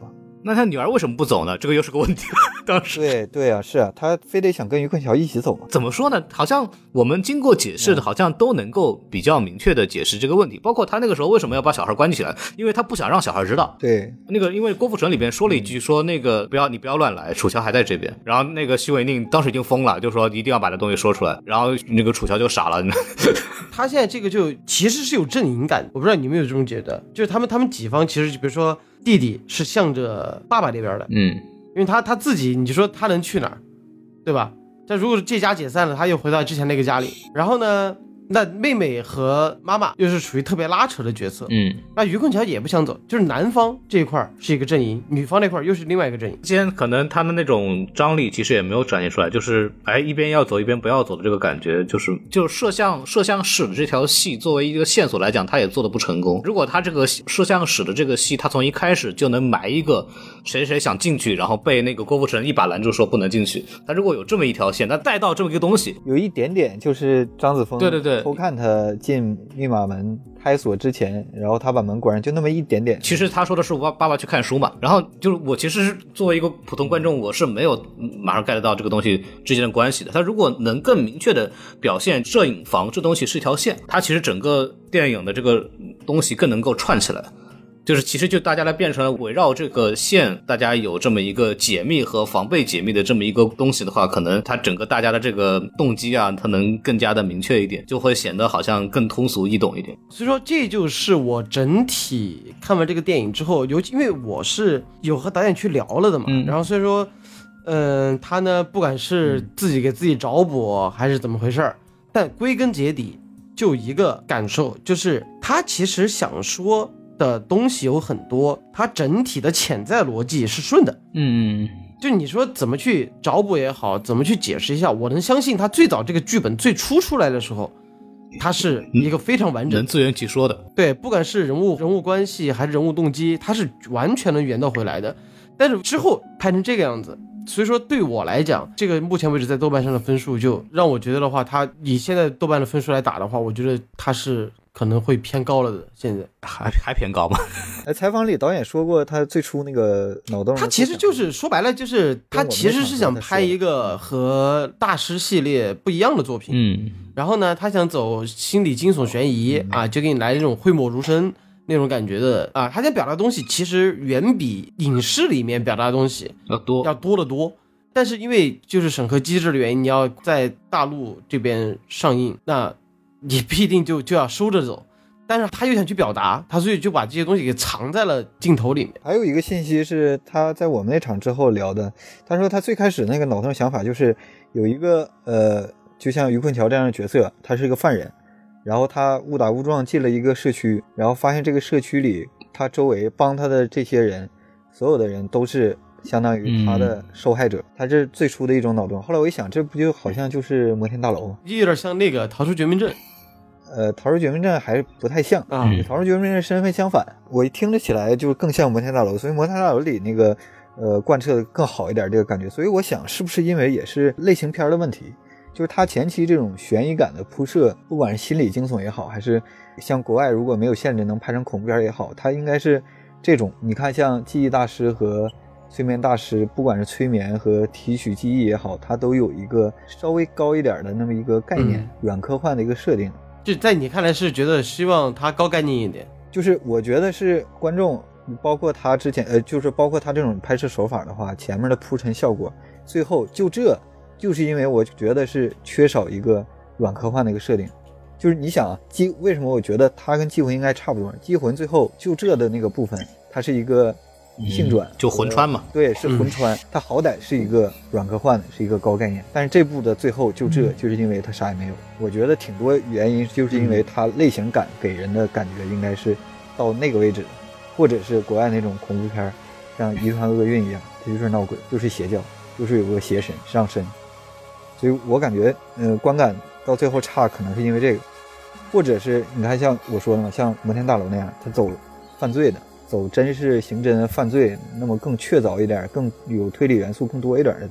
那他女儿为什么不走呢？这个又是个问题了。当时对啊，是啊，他非得想跟于坤桥一起走嘛。 怎么说呢？好像我们经过解释的，好像都能够比较明确的解释这个问题。包括他那个时候为什么要把小孩关起来，因为他不想让小孩知道。 对， 那个因为郭富城里边说了一句，说那个你不要乱来，楚乔还在这边。然后那个徐伟宁当时已经疯了，就说一定要把这东西说出来。然后那个楚乔就傻了。 他现在这个就其实是有阵营感，我不知道你们有这种觉得，就是他们几方其实比如说弟弟是向着爸爸那边的，因为他自己你就说他能去哪儿，对吧？但如果是这家解散了，他又回到之前那个家里，然后呢，那妹妹和妈妈又是属于特别拉扯的角色，那于坤桥也不想走，就是男方这一块是一个阵营，女方那块又是另外一个阵营。 之前可能他们那种张力其实也没有展现出来，就是一边要走一边不要走的这个感觉，就是摄像室的这条戏作为一个线索来讲，他也做的不成功。如果他这个摄像室的这个戏，他从一开始就能埋一个谁想进去，然后被那个郭富城一把拦住说不能进去，他如果有这么一条线，他带到这么一个东西， 有一点点就是张子枫对偷看他进密码门开锁之前，然后他把门关上，就那么一点点。 其实他说的是我爸爸去看书嘛，然后就是我其实作为一个普通观众，我是没有马上 get 到这个东西之间的关系的。他如果能更明确的表现摄影房这东西是一条线，他其实整个电影的这个东西更能够串起来。就是其实就大家来变成了围绕这个线，大家有这么一个解密和防备解密的这么一个东西的话，可能它整个大家的这个动机啊，它能更加的明确一点，就会显得好像更通俗易懂一点。 所以说这就是我整体看完这个电影之后，尤其因为我是有和导演去聊了的嘛，然后所以说他呢不管是自己给自己找补还是怎么回事，但归根结底就一个感受，就是他其实想说的东西有很多，它整体的潜在逻辑是顺的。就你说怎么去找补也好，怎么去解释一下，我能相信他最早这个剧本最初出来的时候，它是一个非常完整能自圆其说的。 对，不管是人物关系还是人物动机，它是完全能圆到回来的。但是之后拍成这个样子，所以说对我来讲，这个目前为止在豆瓣上的分数，就让我觉得的话，它以现在豆瓣的分数来打的话，我觉得它是可能会偏高了的。现在还偏高吗？ 采访里导演说过，他最初那个脑洞， 他其实就是说白了，就是他其实是想拍一个和大师系列不一样的作品。然后呢，他想走心理惊悚悬疑啊，就给你来这种讳莫如深那种感觉的啊。他想表达的东西其实远比影视里面表达的东西要多得多。但是因为就是审核机制的原因，你要在大陆这边上映，那你必定就要收着走。但是他又想去表达，他所以就把这些东西给藏在了镜头里面。 还有一个信息是他在我们那场之后聊的，他说他最开始那个脑洞想法就是有一个就像于坤桥这样的角色，他是一个犯人，然后他误打误撞进了一个社区，然后发现这个社区里他周围帮他的这些人，所有的人都是相当于他的受害者，他这是最初的一种脑洞。后来我一想，这不就好像就是摩天大楼吗？ 有点像那个逃出绝命镇。 逃出绝命镇还不太像啊，逃出绝命镇身份相反，我听着起来就更像摩天大楼，所以摩天大楼里那个贯彻的更好一点这个感觉。所以我想是不是因为也是类型片的问题，就是它前期这种悬疑感的铺设，不管是心理惊悚也好，还是像国外如果没有限制能拍成恐怖片也好，它应该是这种。你看像记忆大师和催眠大师，不管是催眠和提取记忆也好，它都有一个稍微高一点的那么一个概念，软科幻的一个设定。 就在你看来是觉得希望它高概念一点， 就是我觉得是观众，包括他之前就是包括他这种拍摄手法的话，前面的铺陈效果，最后就是因为我觉得是缺少一个软科幻的一个设定。就是你想啊，为什么我觉得它跟《祭魂》应该差不多？《祭魂》最后就这的那个部分，它是一个性转， 就魂穿嘛， 对，是魂穿，它好歹是一个软科幻的，是一个高概念。但是这部的最后就是因为它啥也没有。我觉得挺多原因就是因为它类型感给人的感觉应该是到那个位置，或者是国外那种恐怖片，像一团厄运一样，它就是闹鬼，就是邪教，就是有个邪神上身。所以我感觉观感到最后差，可能是因为这个，或者是你看像我说的嘛，像摩天大楼那样，它走犯罪的，走真是刑侦犯罪，那么更确凿一点，更有推理元素更多一点的东西。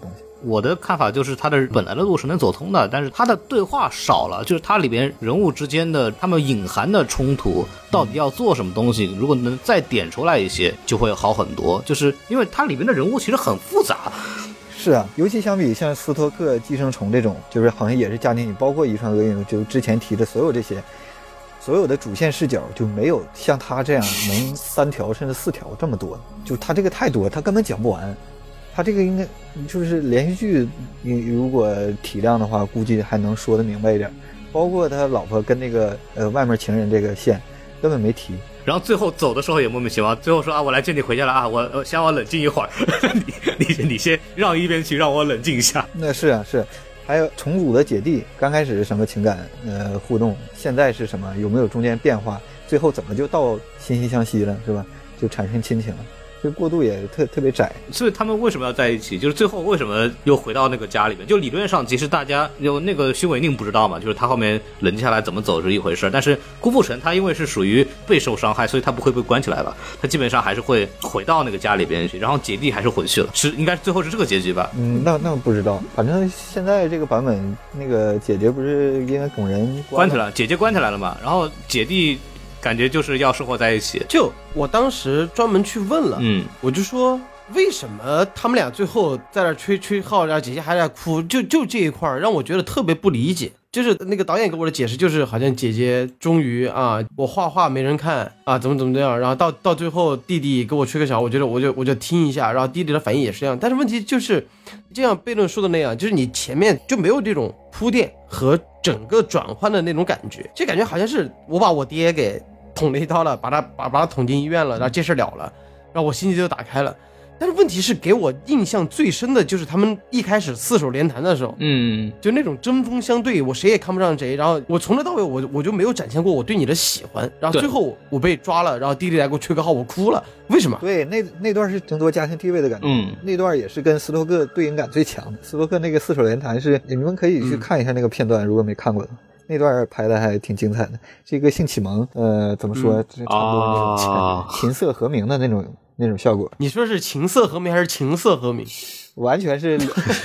我的看法就是它的本来的路是能走通的，但是它的对话少了，就是它里边人物之间的他们隐含的冲突到底要做什么东西，如果能再点出来一些就会好很多，就是因为它里面的人物其实很复杂。 是啊，尤其相比像斯托克寄生虫这种，就是好像也是家庭里包括遗传厄运，就之前提的所有这些，所有的主线视角就没有像他这样能3条甚至4条这么多，就他这个太多，他根本讲不完。他这个应该就是连续剧，你如果体量的话，估计还能说得明白一点。包括他老婆跟那个外面情人这个线根本没提。 然后最后走的时候也莫名其妙，最后说啊，我来接你回家了啊，我想我冷静一会儿，你先让一边去，让我冷静一下。 那是啊是，还有重组的姐弟，刚开始是什么情感互动，现在是什么，有没有中间变化，最后怎么就到惺惺相惜了，是吧？就产生亲情了。这过渡也特别窄， 所以他们为什么要在一起？就是最后为什么又回到那个家里面？就理论上，其实大家有那个徐伟宁不知道嘛，就是他后面冷静下来怎么走是一回事，但是郭富城他因为是属于备受伤害，所以他不会被关起来了，他基本上还是会回到那个家里边去，然后姐弟还是回去了，是应该最后是这个结局吧？ 那不知道，反正现在这个版本，那个姐姐不是因为拱人关起来，姐姐关起来了嘛，然后姐弟。感觉就是要生活在一起。 就我当时专门去问了，我就说为什么他们俩最后在那吹号，然后姐姐还在哭，就这一块让我觉得特别不理解。就是那个导演给我的解释，就是好像姐姐终于啊，我画画没人看啊，怎么这样，然后到最后弟弟给我吹个小，我觉得我就听一下，然后弟弟的反应也是这样。但是问题就是这样悖论说的那样，就是你前面就没有这种铺垫和整个转换的那种感觉，这感觉好像是我把我爹给捅了一刀了，把他捅进医院了，然后这事了了，然后我心结就打开了。但是问题是给我印象最深的就是他们一开始4手联弹的时候，就那种针锋相对，我谁也看不上谁，然后我从头到尾我就没有展现过我对你的喜欢，然后最后我被抓了，然后弟弟来给我吹个号，我哭了，为什么？ 对，那段是争夺家庭地位的感觉，那段也是跟斯托克对应感最强的。斯托克那个4手联弹是你们可以去看一下那个片段，如果没看过的。那段拍的还挺精彩的，这个性启蒙，怎么说，差不多那种琴瑟和鸣的那种效果。 你说是琴瑟和鸣还是情色和鸣？ 完全是，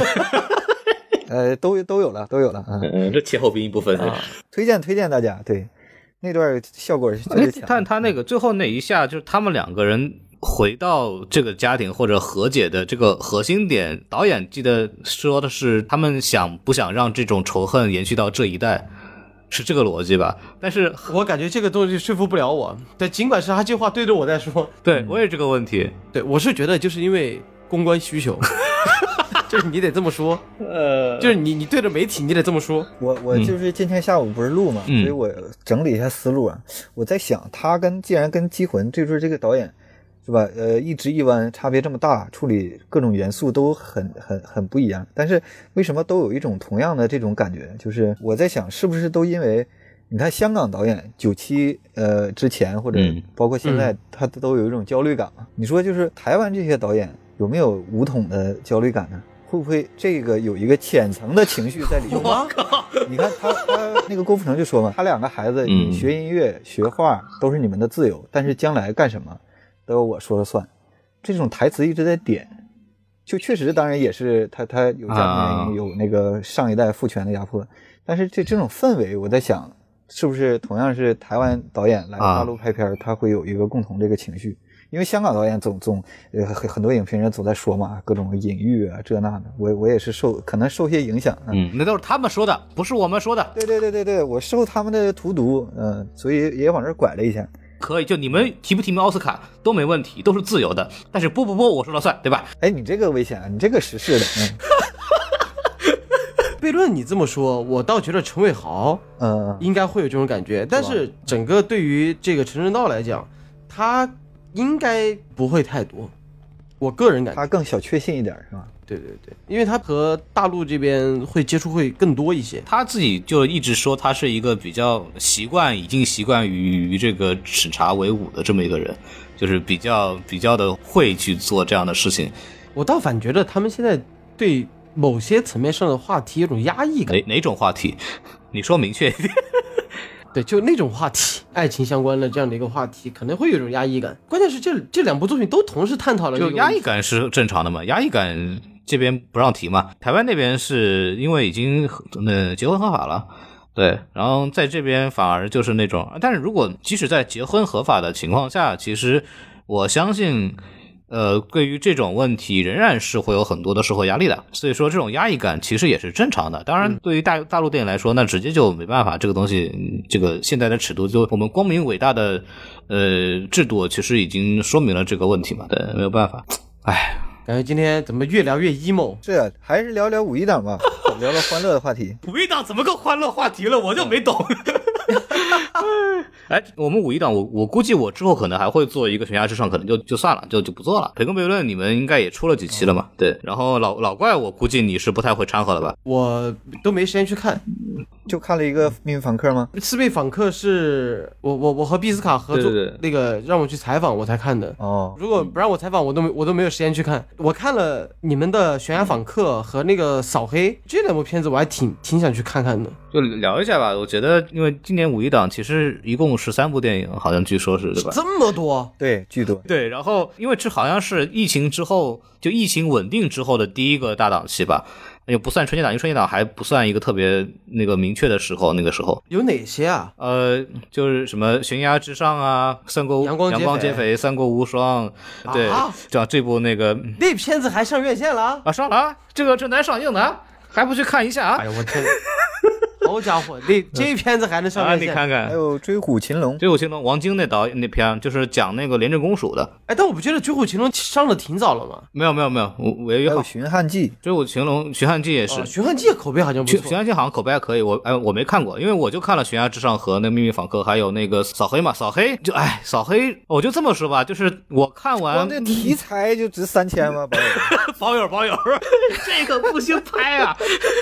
都有了这前后鼻音不分推荐大家，对，那段效果是特别强。 但他那个最后那一下，就是他们2个人回到这个家庭或者和解的这个核心点，导演记得说的是他们不想让这种仇恨延续到这一代。是这个逻辑吧？但是我感觉这个东西说服不了我。对，尽管是他这话对着我在说， 对我也这个问题。 对，我是觉得就是因为公关需求，就是你得这么说。就是你对着媒体你得这么说。 我就是今天下午不是录嘛，所以我整理一下思路啊。我在想，他既然跟《机魂》就是这个导演。是吧？一直一弯，差别这么大，处理各种元素都很不一样。但是为什么都有一种同样的这种感觉？就是我在想，是不是都因为你看香港导演97之前或者包括现在，他都有一种焦虑感嘛？你说就是台湾这些导演有没有武统的焦虑感呢？会不会这个有一个浅层的情绪在里面？你看他那个郭富城就说嘛，他2个孩子，你学音乐、学画都是你们的自由，但是将来干什么？都由我说了算，这种台词一直在点，就确实当然也是他有家庭原因，有那个上一代父权的压迫，但是这种氛围，我在想是不是同样是台湾导演来大陆拍片，他会有一个共同这个情绪，因为香港导演总很多影评人总在说嘛，各种隐喻啊这那的，我也是可能受些影响， 那都是他们说的，不是我们说的。 对，我受他们的荼毒，所以也往这拐了一下。 可以，就你们提不提名奥斯卡都没问题，都是自由的。但是播我说了算，对吧？ 哎，你这个危险啊，你这个实事的。 悖论你这么说，我倒觉得陈伟豪，应该会有这种感觉。但是整个对于这个陈正道来讲，他应该不会太多。我个人感觉他更小确幸一点，是吧？ 对，因为他和大陆这边会接触会更多一些。 他自己就一直说他是一个比较已经习惯于这个审查为伍的这么一个人，就是比较的会去做这样的事情。 我倒反觉得他们现在对某些层面上的话题有种压抑感。 哪种话题？你说明确一点。 对，就那种话题，爱情相关的这样的一个话题，可能会有一种压抑感。关键是这2部作品都同时探讨了这个， 就压抑感是正常的嘛？压抑感这边不让提嘛，台湾那边是因为已经结婚合法了。对，然后在这边反而就是那种，但是如果即使在结婚合法的情况下，其实我相信对于这种问题仍然是会有很多的社会压力的，所以说这种压抑感其实也是正常的。当然对于大陆电影来说，那直接就没办法，这个东西这个现在的尺度，就我们光明伟大的制度其实已经说明了这个问题嘛，对，没有办法。唉， 感觉今天怎么越聊越 emo？ 是啊，还是聊聊五一档吧，聊聊欢乐的话题。 五一档怎么个欢乐话题了？我就没懂。哎，我们五一档，我估计我之后可能还会做一个悬崖之上，可能就算了，就不做了。培根悖论你们应该也出了几期了嘛？对，然后老怪我估计你是不太会掺和了吧？ 我都没时间去看， 就看了一个《秘密访客》吗？ 《秘密访客》是我和毕斯卡合作， 对那个让我去采访我才看的。 哦， 如果不让我采访，我都没有时间去看。我看了你们的《悬崖访客》和那个《扫黑》这两部片子，我还挺想去看看的。 就聊一下吧，我觉得因为今年五一档其实一共13部电影，好像据说是对吧？ 这么多？ 对，巨多。 对，然后因为这好像是疫情之后，就疫情稳定之后的第一个大档期吧。也不算春节档，因为春节档还不算一个特别那个明确的时候，那个时候有哪些啊？ 就是什么悬崖之上啊，阳光劫匪，三国无双，对，讲这部那片子还上院线了啊？上了啊，这个正在上映呢，还不去看一下啊？ 哎呀，我天！好家伙，这片子还能上院线？ 你看看， 还有《追虎擒龙》， 王晶那导演那片就是讲那个廉政公署的。 哎，但我不觉得《追虎擒龙》上的挺早了吗？ 没有，5月1号。 还有《寻汉记》， 追虎擒龙，寻汉记也是。 寻汉记口碑好像不错。 寻汉记好像口碑还可以，我没看过，因为我就看了《悬崖之上》和那个《秘密访客》，还有那个扫黑嘛。扫黑，我就这么说吧，就是我看完， 光这题材就值3000吗？ 保友，这个不行拍啊！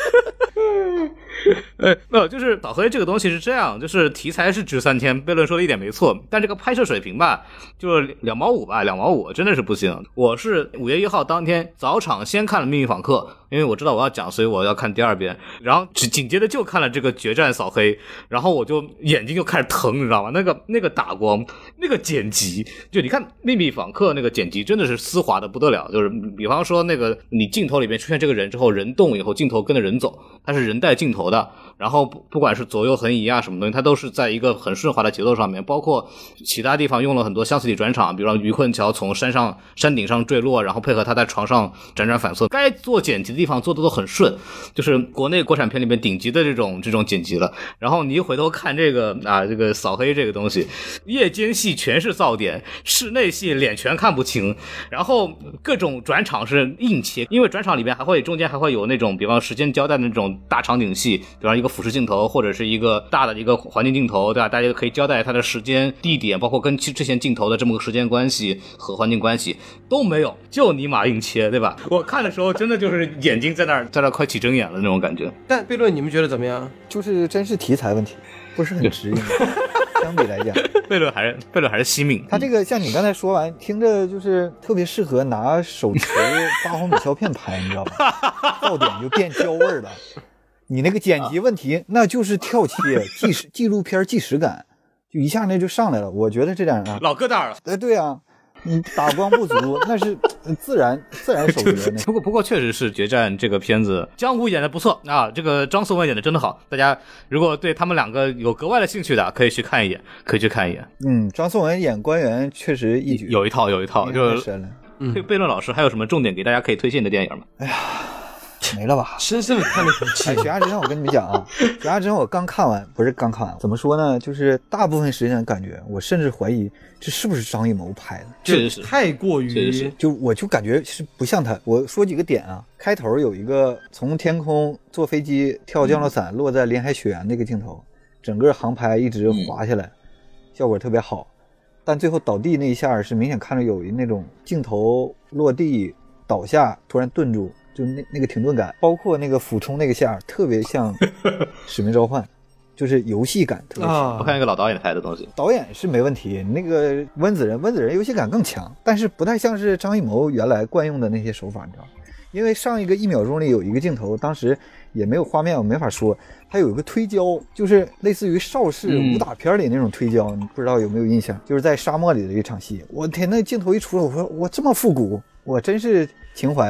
没有，就是扫黑这个东西是这样，就是题材是值3000，悖论说的一点没错，但这个拍摄水平吧，就是2毛5吧，2毛5真的是不行。我是5月1号当天早场先看了《秘密访客》，因为我知道我要讲，所以我要看第二遍，然后紧接着就看了这个决战扫黑，然后我就眼睛就开始疼，你知道吗？那个打光，那个剪辑，就你看《秘密访客》那个剪辑真的是丝滑的不得了，就是比方说那个你镜头里面出现这个人之后，人动以后镜头跟着人走，它是人带镜头的，然后不管是左右横移啊什么东西，它都是在一个很顺滑的节奏上面，包括其他地方用了很多相似体转场，比如说于困桥从山顶上坠落，然后配合他在床上辗转反侧，该做剪辑的地方做的都很顺，就是国内国产片里面顶级的这种剪辑了。然后你一回头看这个这个扫黑这个东西，夜间戏全是噪点，室内戏脸全看不清，然后各种转场是硬切，因为转场里面中间还会有那种比方时间交代的那种大场景戏，比方一个俯视镜头或者是一个大的一个环境镜头，对吧？大家可以交代它的时间地点，包括跟之前镜头的这么个时间关系和环境关系都没有，就尼玛硬切，对吧？我看的时候真的就是眼睛在那儿快起睁眼了那种感觉。 但悖论你们觉得怎么样？ 就是真是题材问题，不是很直硬。相比来讲， 悖论还是惜命。 他这个像你刚才说完，听着就是特别适合拿手持8毫米胶片拍，你知道吗？到点就变焦味了。你那个剪辑问题，那就是跳切纪录片即时感，就一下那就上来了。我觉得这点啊， 老疙瘩了。 对啊，你打光不足，那是自然手诀。 不过确实是决战这个片子，江湖演的不错啊，这个张颂文演的真的好。大家如果对他们两个有格外的兴趣的，可以去看一眼。 张颂文演官员确实一举， 有一套，就是深了。 悖论老师还有什么重点给大家可以推荐的电影吗？ 哎呀，没了吧？ 深深的叹了口气。 悬崖之上，我跟你们讲啊，悬崖之上我刚看完，怎么说呢？就是大部分时间感觉，我甚至怀疑这是不是张艺谋拍的， 确实是太过于， 我就感觉是不像他。我说几个点啊，开头有一个从天空坐飞机跳降落伞落在临海雪原那个镜头，整个航拍一直滑下来，效果特别好。但最后倒地那一下是明显看着有那种镜头落地倒下突然顿住，就那个停顿感，包括那个俯冲那个下特别像使命召唤，就是游戏感特别强。 我看一个老导演拍的东西， 导演是没问题，那个温子仁游戏感更强，但是不太像是张艺谋原来惯用的那些手法，你知道吗？因为上一个1秒钟里有一个镜头，当时也没有画面，我没法说，它有一个推焦，就是类似于邵氏武打片里那种推焦，你不知道有没有印象？就是在沙漠里的一场戏，我天，那镜头一出来，我说我这么复古，我真是情怀啊！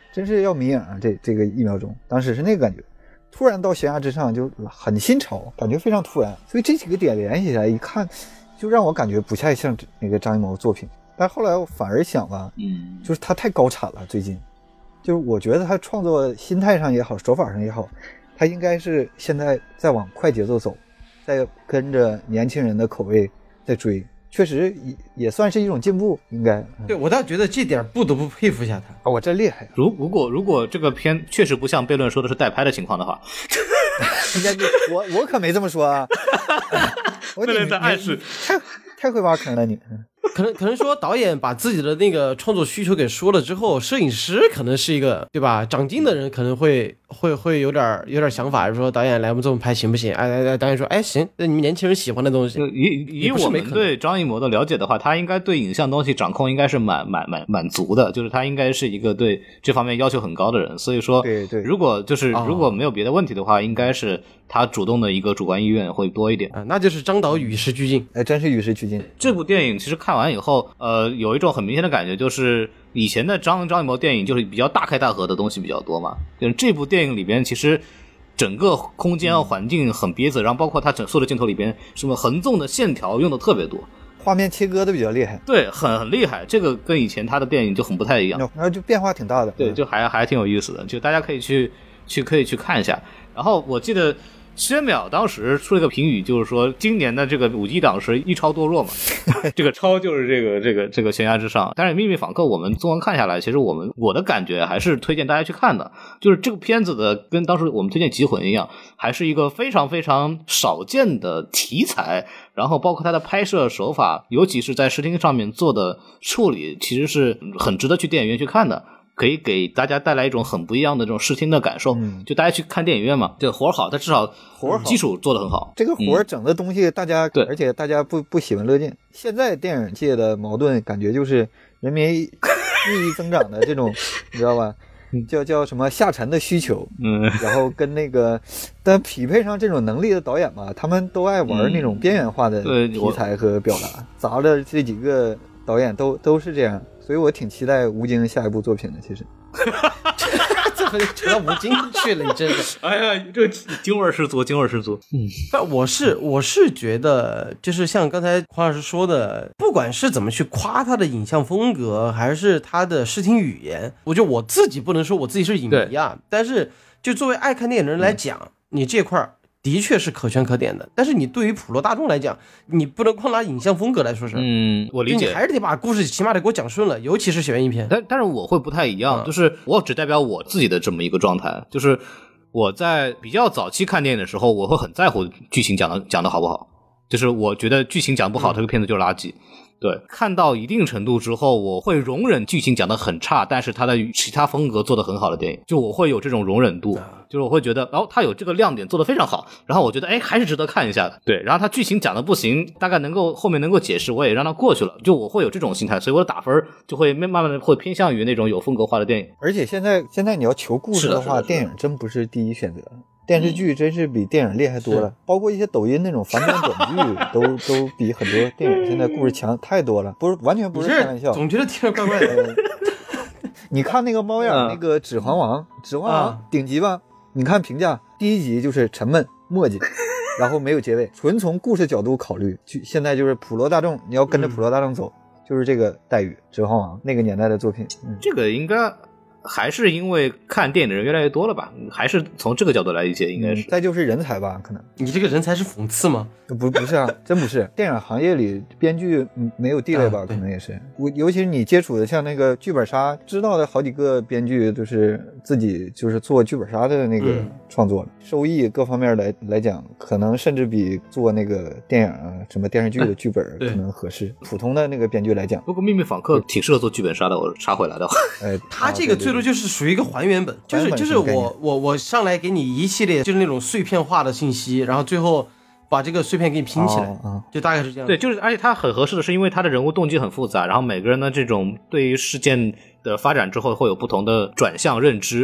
真是要迷影啊！这个1秒钟，当时是那个感觉。突然到悬崖之上就很新潮，感觉非常突然，所以这几个点联系起来一看，就让我感觉不太像那个张艺谋作品。但后来我反而想吧，就是他太高产了，最近，就是我觉得他创作心态上也好，手法上也好，他应该是现在在往快节奏走，在跟着年轻人的口味在追。确实也算是一种进步，应该。 对，我倒觉得这点不得不佩服一下他。 我真厉害。 如果这个片确实不像悖论说的是代拍的情况的话， 我可没这么说啊。 悖论在暗示， 太会挖坑了你。 可能说导演把自己的那个创作需求给说了之后，摄影师可能是一个对吧？长进的人可能会有点想法，说导演来我们这么拍行不行？哎，导演说哎行，那你们年轻人喜欢的东西。 以我们对张艺谋的了解的话，他应该对影像东西掌控应该是满足的，就是他应该是一个对这方面要求很高的人。所以说， 对， 如果没有别的问题的话，应该是他主动的一个主观意愿会多一点。 那就是张导与时俱进。 哎，真是与时俱进。 这部电影其实看完以后，有一种很明显的感觉，就是以前的张艺谋电影就是比较大开大合的东西比较多嘛，就是这部电影里边其实整个空间和环境很憋着，然后包括它整所有的镜头里边什么横纵的线条用的特别多， 画面切割的比较厉害。 对，很厉害，这个跟以前他的电影就很不太一样， 然后就变化挺大的。 对，就还挺有意思的，就大家可以去看一下。然后我记得宣淼当时出了一个评语，就是说今年的这个5G档是一超多弱嘛，这个超就是这个悬崖之上。但是秘密访客我们综合看下来，其实我的感觉还是推荐大家去看的，就是这个片子的跟当时我们推荐集魂一样，还是一个非常非常少见的题材，然后包括它的拍摄手法，尤其是在视听上面做的处理，其实是很值得去电影院去看的。可以给大家带来一种很不一样的这种视听的感受，就大家去看电影院嘛，这活好，它至少活基础做得很好。 这个活整的东西大家对， 而且大家不喜闻乐见。现在电影界的矛盾感觉就是人民日益增长的这种，你知道吧？叫什么下沉的需求，然后跟那个，但匹配上这种能力的导演吧，他们都爱玩那种边缘化的题材和表达，砸了这几个导演都是这样。所以我挺期待吴京下一部作品的，其实。 这回扯到吴京去了，你真的。 哎呀，这京味十足，京味十足。 但我是觉得，就是像刚才黄老师说的，不管是怎么去夸他的影像风格，还是他的视听语言，我觉得我自己不能说我自己是影迷啊，但是就作为爱看电影的人来讲，你这块的确是可圈可点的，但是你对于普罗大众来讲，你不能光拿影像风格来说事。 我理解， 你还是得把故事起码得给我讲顺了，尤其是悬疑片。 但是我会不太一样，就是我只代表我自己的这么一个状态，就是我在比较早期看电影的时候，我会很在乎剧情讲的好不好，就是我觉得剧情讲不好，这个片子就是垃圾。对，看到一定程度之后，我会容忍剧情讲得很差，但是它的其他风格做得很好的电影，就我会有这种容忍度，就是我会觉得，然后它有这个亮点做得非常好，然后我觉得，还是值得看一下的。对，然后它剧情讲得不行，大概后面能够解释，我也让它过去了，就我会有这种心态，所以我的打分就会慢慢的会偏向于那种有风格化的电影。 而且现在你要求故事的话，电影真不是第一选择。电视剧真是比电影厉害多了，包括一些抖音那种反转短剧都比很多电影现在故事强太多了，完全不是开玩笑。 总觉得听着怪怪的。 你看那个猫眼那个指环王顶级吧？你看评价，第一集就是沉闷墨迹，然后没有结尾，纯从故事角度考虑，现在就是普罗大众，你要跟着普罗大众走，就是这个待遇。指环王那个年代的作品， 这个应该还是因为看电影的人越来越多了吧，还是从这个角度来理解，应该是。 再就是人才吧，可能。 你这个人才是讽刺吗？ 不是啊，真不是。电影行业里编剧没有地位吧，可能也是。尤其是你接触的像那个剧本杀，知道的好几个编剧都是自己就是做剧本杀的那个创作，收益各方面来讲，可能甚至比做那个电影啊什么电视剧的剧本可能合适。普通的那个编剧来讲， 不过秘密访客挺适合做剧本杀的，我插回来的话， 他这个最多就是属于一个还原本，就是我上来给你一系列就是那种碎片化的信息，然后最后把这个碎片给你拼起来，就大概是这样。 对，就是而且它很合适的是，因为它的人物动机很复杂，然后每个人的这种对于事件的发展之后会有不同的转向认知，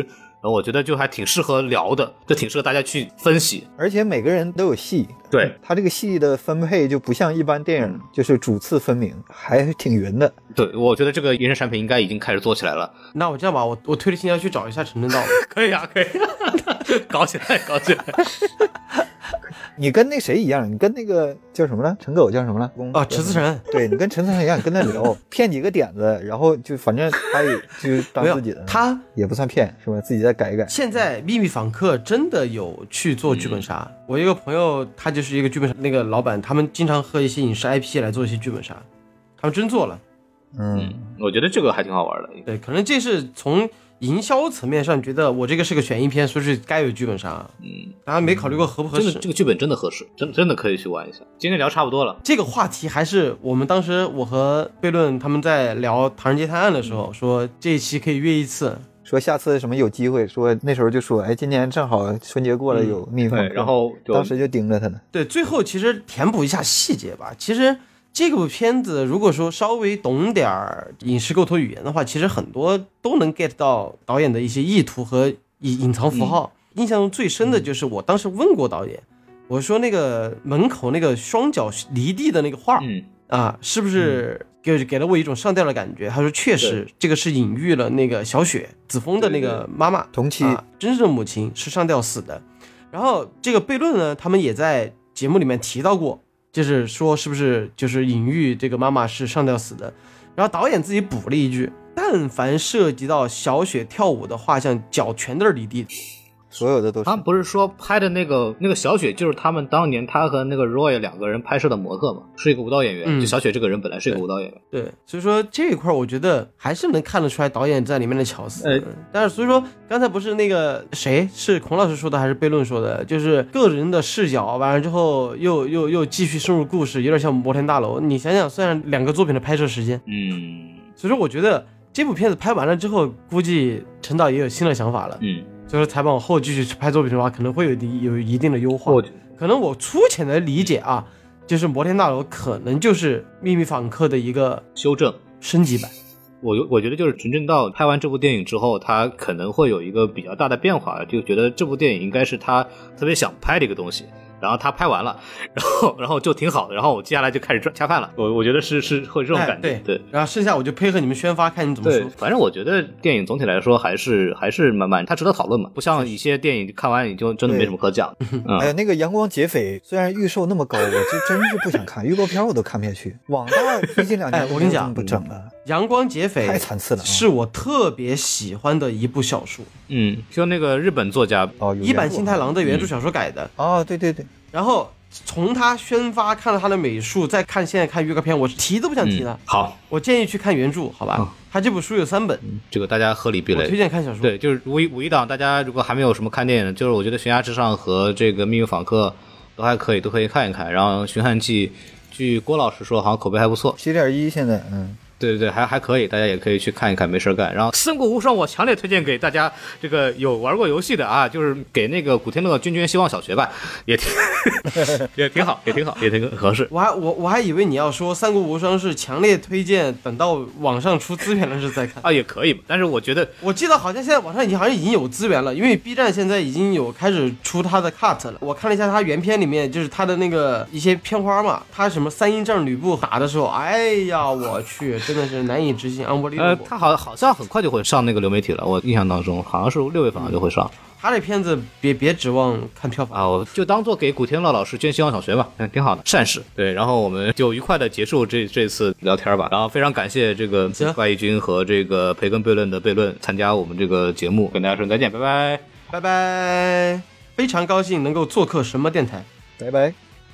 后我觉得就还挺适合聊的，就挺适合大家去分析。 而且每个人都有戏， 对， 他这个戏的分配就不像一般电影就是主次分明，还挺匀的。 对，我觉得这个延伸产品应该已经开始做起来了。 那我这样吧，我推着新要去找一下陈正道。 可以啊，可以搞起来搞起来。 你跟那谁一样，你跟那个叫什么了？陈狗叫什么了？ 啊，陈思诚。 对，你跟陈思诚一样，跟他聊，骗几个点子，然后就反正他也就当自己的， 他也不算骗，是吧？自己再改一改。 现在秘密访客真的有去做剧本杀，我一个朋友他就是一个剧本杀那个老板，他们经常和一些影视 IP 来做一些剧本杀，他们真做了。 我觉得这个还挺好玩的。 对，可能这是从营销层面上觉得我这个是个悬疑片，所以是该有剧本杀。大家没考虑过合不合适。 真的，这个剧本真的合适，真的可以去玩一下。今天聊差不多了， 这个话题还是我们当时我和悖论他们在聊《唐人街探案》的时候，说这一期可以约一次。 说下次什么有机会，说那时候就说，哎，今年正好春节过了，有秘密访客， 然后当时就盯着他呢。 对，最后其实填补一下细节吧。其实这部片子如果说稍微懂点影视构图语言的话，其实很多都能 get 到导演的一些意图和隐藏符号。印象中最深的就是我当时问过导演，我说那个门口那个双脚离地的那个画，是不是给了我一种上吊的感觉？他说确实，这个是隐喻了那个小雪子枫的那个妈妈同期， 真正母亲是上吊死的。然后这个悖论呢，他们也在节目里面提到过。就是说是不是就是隐喻这个妈妈是上吊死的，然后导演自己补了一句，但凡涉及到小雪跳舞的画像，脚全都是离地的。 所有的都是。 他们不是说拍的那个小雪就是他们当年他和那个 Roy 两个人拍摄的模特嘛，是一个舞蹈演员。就小雪这个人本来是一个舞蹈演员。 对，所以说这一块我觉得还是能看得出来导演在里面的巧思。但是所以说刚才不是那个谁是孔老师说的还是悖论说的，就是个人的视角完了之后又继续深入故事，有点像摩天大楼。你想想，虽然两个作品的拍摄时间，所以说我觉得这部片子拍完了之后，估计陈导也有新的想法了。所以说采访后继续拍作品的话，可能会有一定的优化。可能我粗浅的理解啊，就是摩天大楼可能就是秘密访客的一个修正升级版。 我觉得就是陈正道拍完这部电影之后，他可能会有一个比较大的变化，就觉得这部电影应该是他特别想拍的一个东西。然后他拍完了，然后就挺好的，然后我接下来就开始恰饭了。我觉得是会这种感觉。对， 然后剩下我就配合你们宣发，看你怎么说。 对，反正我觉得电影总体来说还是蛮，它值得讨论嘛，不像一些电影看完你就真的没什么可讲。 哎呀，那个阳光劫匪虽然预售那么高，我就真是不想看，预告片我都看不下去。网大最近2年我跟你讲不整了。 阳光劫匪太残次了， 是我特别喜欢的一部小说。 就那个日本作家伊坂幸太郎的原著小说改的。 对对对。 然后从他宣发看了他的美术，再看现在看预告片，我提都不想提了。 好， 我建议去看原著，好吧？他这部书有3本， 这个大家合理避雷。 我推荐看小说。 对，就是五一档，大家如果还没有什么看电影，就是我觉得《悬崖之上》和这个《秘密访客》都还可以，都可以看一看。然后《寻汉记》，据郭老师说，好像口碑还不错 ，7.1现在， 对对对，还可以，大家也可以去看一看，没事干。然后《三国无双》，我强烈推荐给大家，这个有玩过游戏的啊，就是给那个古天乐捐希望小学吧，也挺好，也挺合适。 我还以为你要说《三国无双》是强烈推荐，等到网上出资源了是再看啊，也可以。但是我觉得， 我记得好像现在网上已经有资源了，因为 B 站现在已经有开始出它的 cut 了。我看了一下它原片里面，就是它的那个一些片花嘛，它什么3英战吕布打的时候，哎呀，我去。真的是难以置信，unbelievable。 他好像很快就会上那个流媒体了，我印象当中好像是6月份就会上。 他这片子别指望看票房啊，我就当做给古天乐老师捐希望小学吧，挺好的善事。对，然后我们就愉快的结束这次聊天吧。然后非常感谢这个怪异君和这个培根悖论的悖论参加我们这个节目，跟大家说再见，拜拜， 拜拜。非常高兴能够做客什么电台， 拜拜。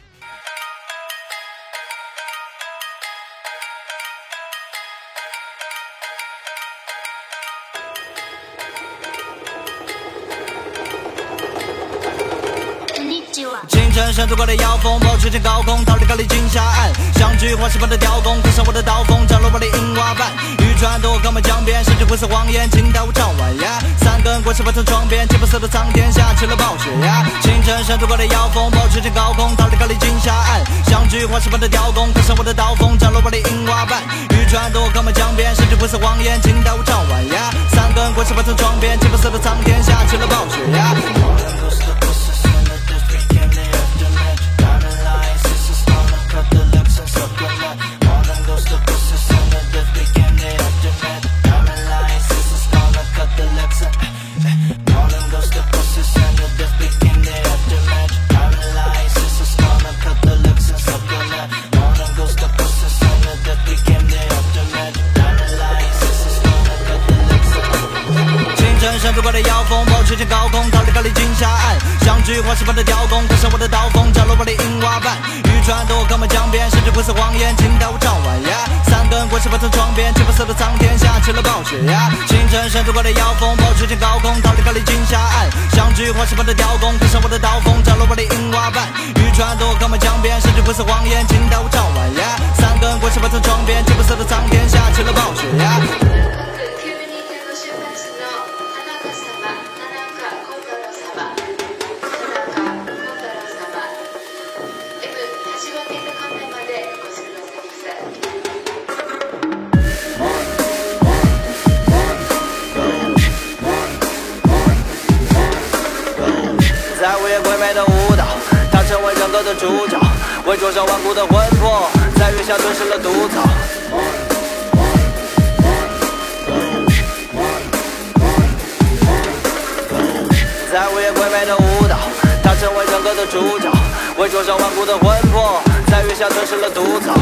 闪着过的妖风，保持着高空，逃离高丽金沙岸，像菊花似般的雕工，刻上我的刀锋，斩落我的银瓦板。渔船渡靠满江边，甚至不是谎言，惊到我唱晚呀。3根棍是摆在窗边，吉普色的苍天下起了暴雪呀。清晨闪着过的妖风，保持着高空，逃离高丽金沙岸，像菊句话是般的雕工，刻上我的刀锋，斩落我的银花瓣。渔船多靠满江边，甚至不是谎言，请带我唱晚呀。三根棍是把成床边，七八色的苍天下起了暴雪呀。闪着我的腰风，保持trên高空，逃离高丽金沙岸。像句花式般的雕工，刻上我的刀锋，斩落我的银花瓣。渔船多靠满江边，甚至不是谎言，请带我唱晚呀。三根棍是把成床边，七八色的苍天下起了暴雪呀。清晨闪着我的腰风，保持trên高空，逃离高丽金沙岸。像句花式般的雕工，刻上我的刀锋，斩落我的银花瓣。渔船多靠满江边，甚至不是谎言，请带我唱晚呀。三根棍是把成床边，七八色的苍天下起了暴雪呀。在午夜鬼魅的舞蹈，他成为整个的主角，为灼烧顽固的魂魄，在月下吞噬了毒草。在午夜鬼魅的舞蹈，他成为整个的主角，为灼烧顽固的魂魄，在月下吞噬了毒草。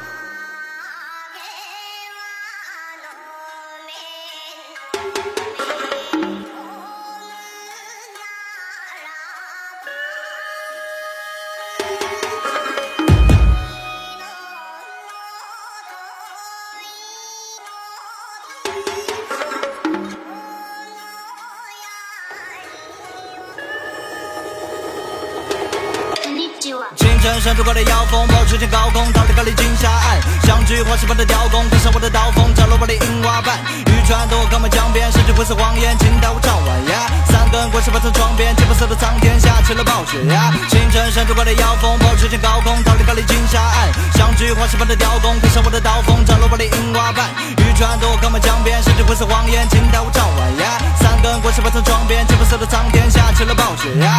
清晨闪着我的腰风，保持trên高空，逃离高丽金沙岸。像句花式般的雕工，刻上我的刀锋，斩落我的银花瓣。渔船多靠满江边，甚至不是谎言，请带我唱晚呀。三根棍是把成床边，七八色的苍天下起了暴雪呀。清晨闪着我的腰风，保持trên高空，逃离高丽金沙岸。像句花式般的雕工，刻上我的刀锋，斩落我的银花瓣。渔船多靠满江边，甚至不是谎言，请带我唱晚呀。三根棍是把成床边，七八色的苍天下起了暴雪呀。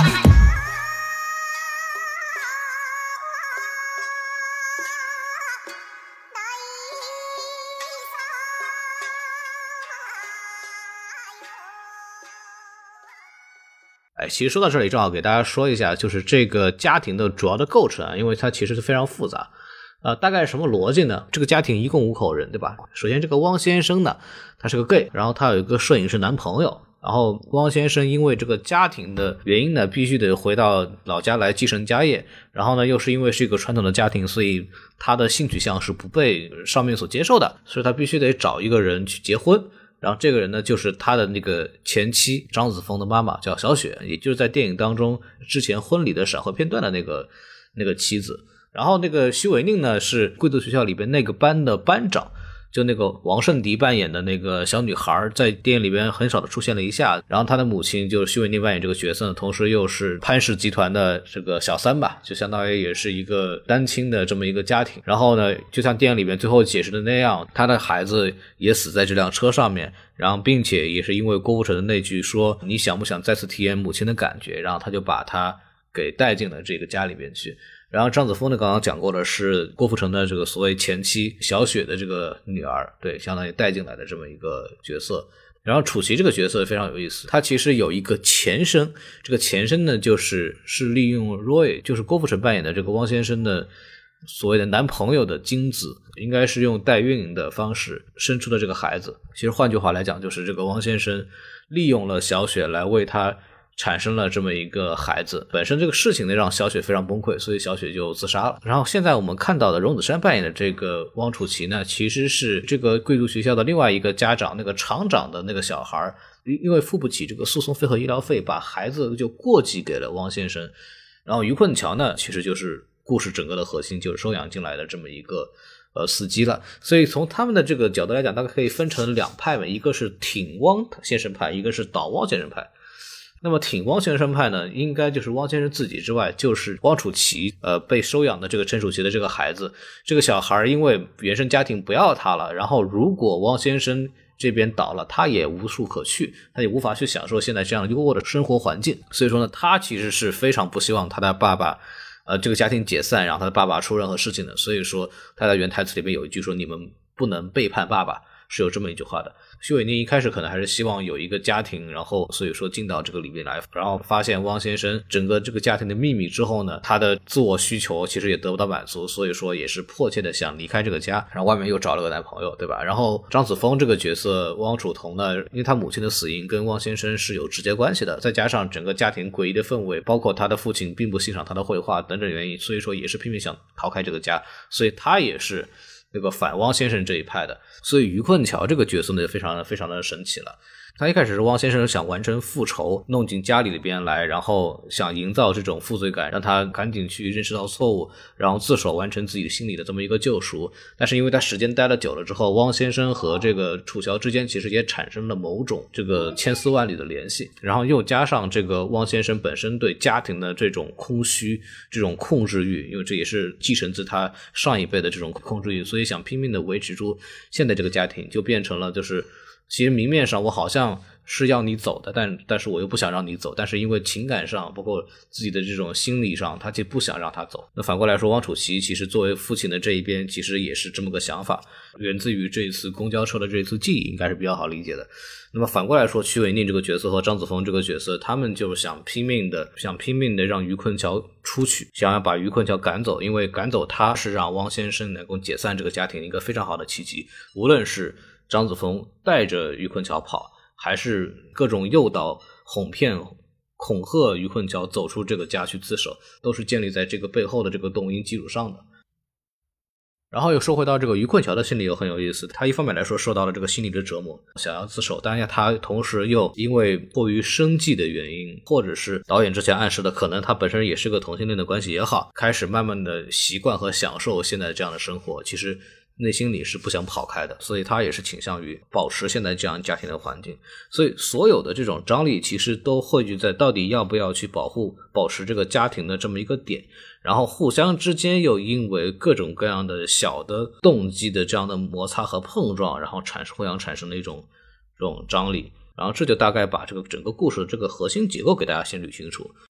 其实说到这里正好给大家说一下，就是这个家庭的主要的构成，因为它其实是非常复杂。大概什么逻辑呢？这个家庭一共5口人，对吧？首先这个汪先生呢，他是个 gay， 然后他有一个摄影师男朋友，然后汪先生因为这个家庭的原因呢，必须得回到老家来继承家业，然后呢又是因为是一个传统的家庭，所以他的性取向是不被上面所接受的，所以他必须得找一个人去结婚。然后这个人呢，就是他的那个前妻张子枫的妈妈，叫小雪，也就是在电影当中之前婚礼的闪回片段的那个妻子。然后那个徐伟宁呢，是贵族学校里边那个班的班长，就那个王圣迪扮演的那个小女孩，在电影里边很少的出现了一下。然后她的母亲就是徐伟宁扮演这个角色，同时又是潘氏集团的这个小三吧，就相当于也是一个单亲的这么一个家庭。然后呢，就像电影里面最后解释的那样，他的孩子也死在这辆车上面，然后并且也是因为郭富城的那句说你想不想再次体验母亲的感觉，然后他就把他给带进了这个家里边去。然后张子枫呢，刚刚讲过的是郭富城的这个所谓前妻小雪的这个女儿，对，相当于带进来的这么一个角色。然后楚奇这个角色非常有意思，他其实有一个前身，这个前身呢是利用 Roy， 就是郭富城扮演的这个汪先生的所谓的男朋友的精子，应该是用代孕的方式生出的这个孩子。其实换句话来讲，就是这个汪先生利用了小雪来为他产生了这么一个孩子，本身这个事情呢让小雪非常崩溃，所以小雪就自杀了。然后现在我们看到的荣梓杉扮演的这个汪楚奇呢，其实是这个贵族学校的另外一个家长，那个厂长的那个小孩，因为付不起这个诉讼费和医疗费，把孩子就过继给了汪先生。然后于困桥呢，其实就是故事整个的核心，就是收养进来的这么一个司机了。所以从他们的这个角度来讲，大概可以分成两派嘛，一个是挺汪先生派，一个是倒汪先生派。 那么挺汪先生派呢，应该就是汪先生自己之外，就是汪楚琪被收养的这个陈楚琪的这个孩子，这个小孩因为原生家庭不要他了，然后如果汪先生这边倒了，他也无处可去，他也无法去享受现在这样优渥的生活环境，所以说呢，他其实是非常不希望他的爸爸这个家庭解散，让他的爸爸出任何事情的。所以说他在原台词里面有一句说你们不能背叛爸爸，是有这么一句话的。徐伟宁一开始可能还是希望有一个家庭，然后所以说进到这个里面来，然后发现汪先生整个这个家庭的秘密之后呢，他的自我需求其实也得不到满足，所以说也是迫切的想离开这个家，然后外面又找了个男朋友，对吧？然后张子枫这个角色汪楚彤呢，因为他母亲的死因跟汪先生是有直接关系的，再加上整个家庭诡异的氛围，包括他的父亲并不欣赏他的绘画等等原因，所以说也是拼命想逃开这个家，所以他也是那个反汪先生这一派的。所以于困桥这个角色呢就非常的神奇了。他一开始是汪先生想完成复仇，弄进家里边来，然后想营造这种负罪感，让他赶紧去认识到错误，然后自首完成自己心里的这么一个救赎。但是因为他时间待了久了之后，汪先生和这个楚乔之间其实也产生了某种这个千丝万缕的联系，然后又加上这个汪先生本身对家庭的这种空虚，这种控制欲，因为这也是继承自他上一辈的这种控制欲，所以想拼命的维持住现在这个家庭，就变成了就是其实明面上我好像是要你走的，但是我又不想让你走，但是因为情感上包括自己的这种心理上，他就不想让他走。那反过来说，汪楚琪其实作为父亲的这一边其实也是这么个想法，源自于这一次公交车的这一次记忆，应该是比较好理解的。那么反过来说，曲伟宁这个角色和张子枫这个角色，他们就想拼命的让于困桥出去，想要把于困桥赶走，因为赶走他是让汪先生能够解散这个家庭一个非常好的契机。无论是张子枫带着于困桥跑，还是各种诱导、哄骗、恐吓于困桥走出这个家去自首，都是建立在这个背后的这个动因基础上的。然后又说回到这个于困桥的心理又很有意思，他一方面来说受到了这个心理的折磨，想要自首，但是他同时又因为迫于生计的原因，或者是导演之前暗示的可能他本身也是个同性恋的关系也好，开始慢慢的习惯和享受现在这样的生活，其实内心里是不想跑开的，所以他也是倾向于保持现在这样家庭的环境。所以所有的这种张力其实都汇聚在到底要不要去保持这个家庭的这么一个点，然后互相之间又因为各种各样的小的动机的这样的摩擦和碰撞，然后互相产生了一种这种张力，然后这就大概把这个整个故事的这个核心结构给大家先捋清楚。